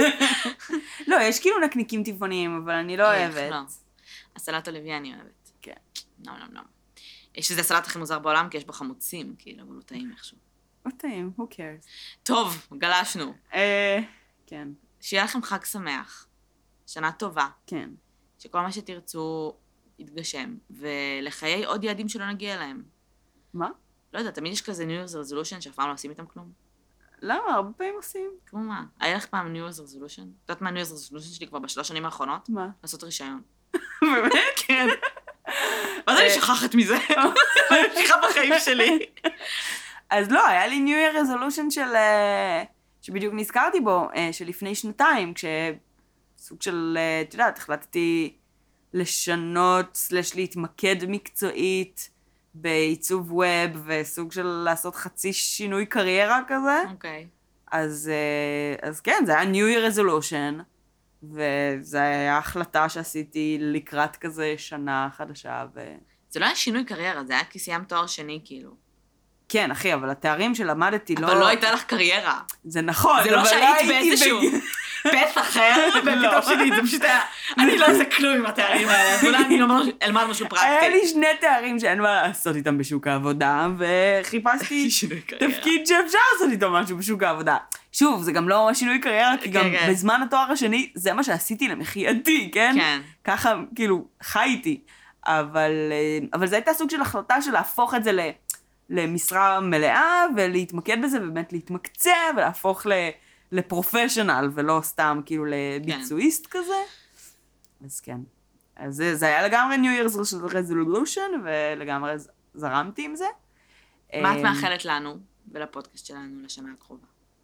לא, יש כאילו נקניקים טבעוניים, אבל אני לא אוהבת. הסלט אוליביה אני אוהבת. כן. לא, לא, לא. שזה הסלט הכי מוזר בעולם, כי יש בו חמוצים, כאילו, אבל הוא טעים איכשהו. הוא טעים, who cares. טוב, גלשנו. אה, כן. שיהיה לכם חג שמח, שנה טובה. כן. שכל מה שתרצו יתגשם, ולחיי עוד יעדים שלא נגיע אליהם. מה? לא יודע, תמיד יש כזה New Year's Resolution שאף פעם לא עושים איתם כלום. למה? הרבה פעמים עושים. כמו מה? היה לך פעם New Year's Resolution? את יודעת מה New Year's Resolution שלי כבר בשלוש שנים האחרונות? מה? לעשות רישיון. באמת? כן. מה זה אני שוכחת מזה? אני ממשיכה בחיים שלי. אז לא, היה לי New Year Resolution של... שבדיוק נזכרתי בו, שלפני שנתיים, כשסוג של, את יודעת, החלטתי לשנות, סלש להתמקד מקצועית בעיצוב ווב, וסוג של לעשות חצי שינוי קריירה כזה. אוקיי. אז, אז כן, זה היה New Year Resolution, וזה היה החלטה שעשיתי לקראת כזה שנה חדשה. ו... זה לא היה שינוי קריירה, זה היה כי סיים תואר שני, כאילו. כן, אחי, אבל התארים שלמדתי לא... אבל לא הייתה לך קריירה. זה נכון. זה לא שהיית באיזשהו פס אחר, ופתאום שלי, זה פשוט היה... אני לא עושה כלום עם התארים האלה, אז אולי אני לא אלמד משהו פרקטי. היה לי שני תארים שאין מה לעשות איתם בשוק העבודה, וחיפשתי תפקיד שאפשר לעשות איתו משהו בשוק העבודה. שוב, זה גם לא שינוי קריירה, כי גם בזמן התואר השני, זה מה שעשיתי למחייתי, כן? כן. ככה, כאילו, חייתי. אבל זה הייתה סוג של החלטה של להפוך את זה ל... למשרה מלאה, ולהתמקד בזה, ובאמת להתמקצע, ולהפוך לפרופשנל, ולא סתם כאילו לביצועיסט כזה. אז כן. אז זה, זה היה לגמרי New Year's Resolution, ולגמרי זרמתי עם זה. מה את מאחלת לנו, ולפודקאסט שלנו, לשנה הקרובה?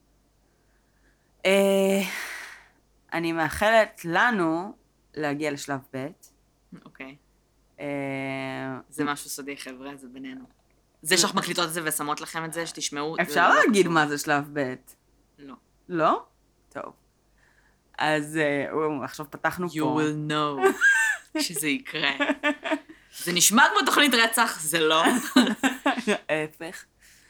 אני מאחלת לנו להגיע לשלב ב'. אוקיי. זה משהו סודי, חבר'ה, זה בינינו. זה שאנחנו מקליטות את זה ושמות לכם את זה, שתשמעו... אפשר להגיד מה זה שלב ב'. לא. לא? טוב. אז עכשיו פתחנו פה. You will know שזה יקרה. זה נשמע כמו תוכנית רצח, זה לא. ההפך.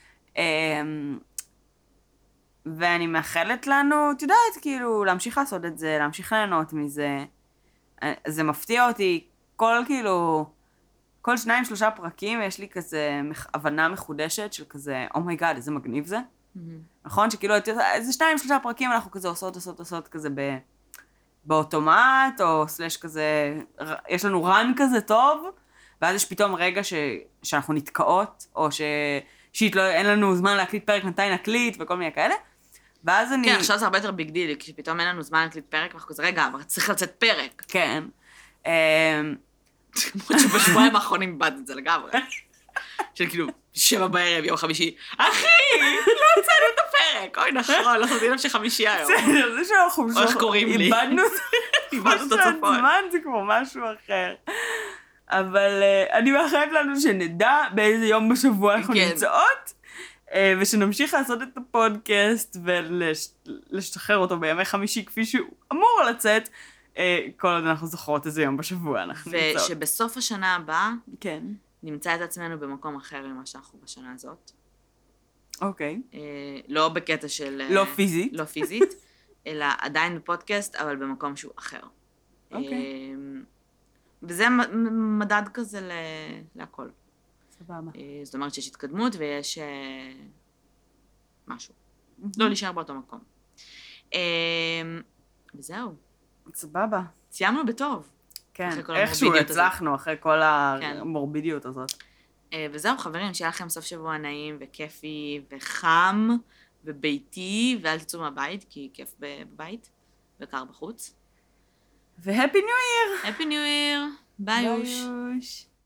ואני מאחלת לנו, את יודעת, כאילו, להמשיך לעשות את זה, להמשיך ליהנות מזה. זה מפתיע אותי, כל כאילו... כל שניים, שלושה פרקים, יש לי כזה הבנה מחודשת של כזה, אומייגאד, איזה מגניב זה. נכון? שכאילו, איזה שניים, שלושה פרקים אנחנו כזה עושות, עושות, עושות כזה באוטומט, או סלש כזה, יש לנו רן כזה טוב, ואז יש פתאום רגע שאנחנו נתקעות, או ששיט, אין לנו זמן להקליט פרק, מתי נקליט, וכל מיני כאלה. ואז אני... כן, עכשיו זה הרבה יותר ביג דיל, כי פתאום אין לנו זמן להקליט פרק, ואנחנו כזה, רגע, אבל צריך לצאת פרק. כן. למרות שבשבועיים האחרונים איבדת את זה לגמרי. של כאילו, שבע בערב, יום חמישי, אחי, לא הוצאנו את הפרק. אוי, נכון, לא חוזרים שחמישי היום. בסדר, זה שאנחנו או איך קוראים לי. איבדנו את הצפון. זמן זה כמו משהו אחר. אבל אני מאחלת לנו שנדע באיזה יום בשבוע אנחנו נמצאות, ושנמשיך לעשות את הפודקאסט ולשחרר אותו בימי חמישי כפי שהוא אמור לצאת, כל עוד אנחנו זוכרות איזה יום בשבוע אנחנו נמצאות. ושבסוף השנה הבאה, כן. נמצא את עצמנו במקום אחר ממה שאנחנו בשנה הזאת. אוקיי. אה, לא בקטע של... אה, לא פיזית. לא פיזית, אלא עדיין בפודקאסט, אבל במקום שהוא אחר. אוקיי. אה, וזה מ- מדד כזה ל... להכל. סבבה. אה, זאת אומרת שיש התקדמות ויש אה, משהו. לא להישאר באותו מקום. אה, וזהו. סבבה. סיימנו בטוב. כן, אחרי כל איכשהו המורבידיות הזאת. הצלחנו אחרי כל כן. המורבידיות הזאת. אה, וזהו, חברים, שיהיה לכם סוף שבוע נעים וכיפי וחם וביתי, ואל תצאו מהבית, כי כיף בבית וקר בחוץ. והפי ניו ייר! Happy New Year! ביי יוש! ביי יוש!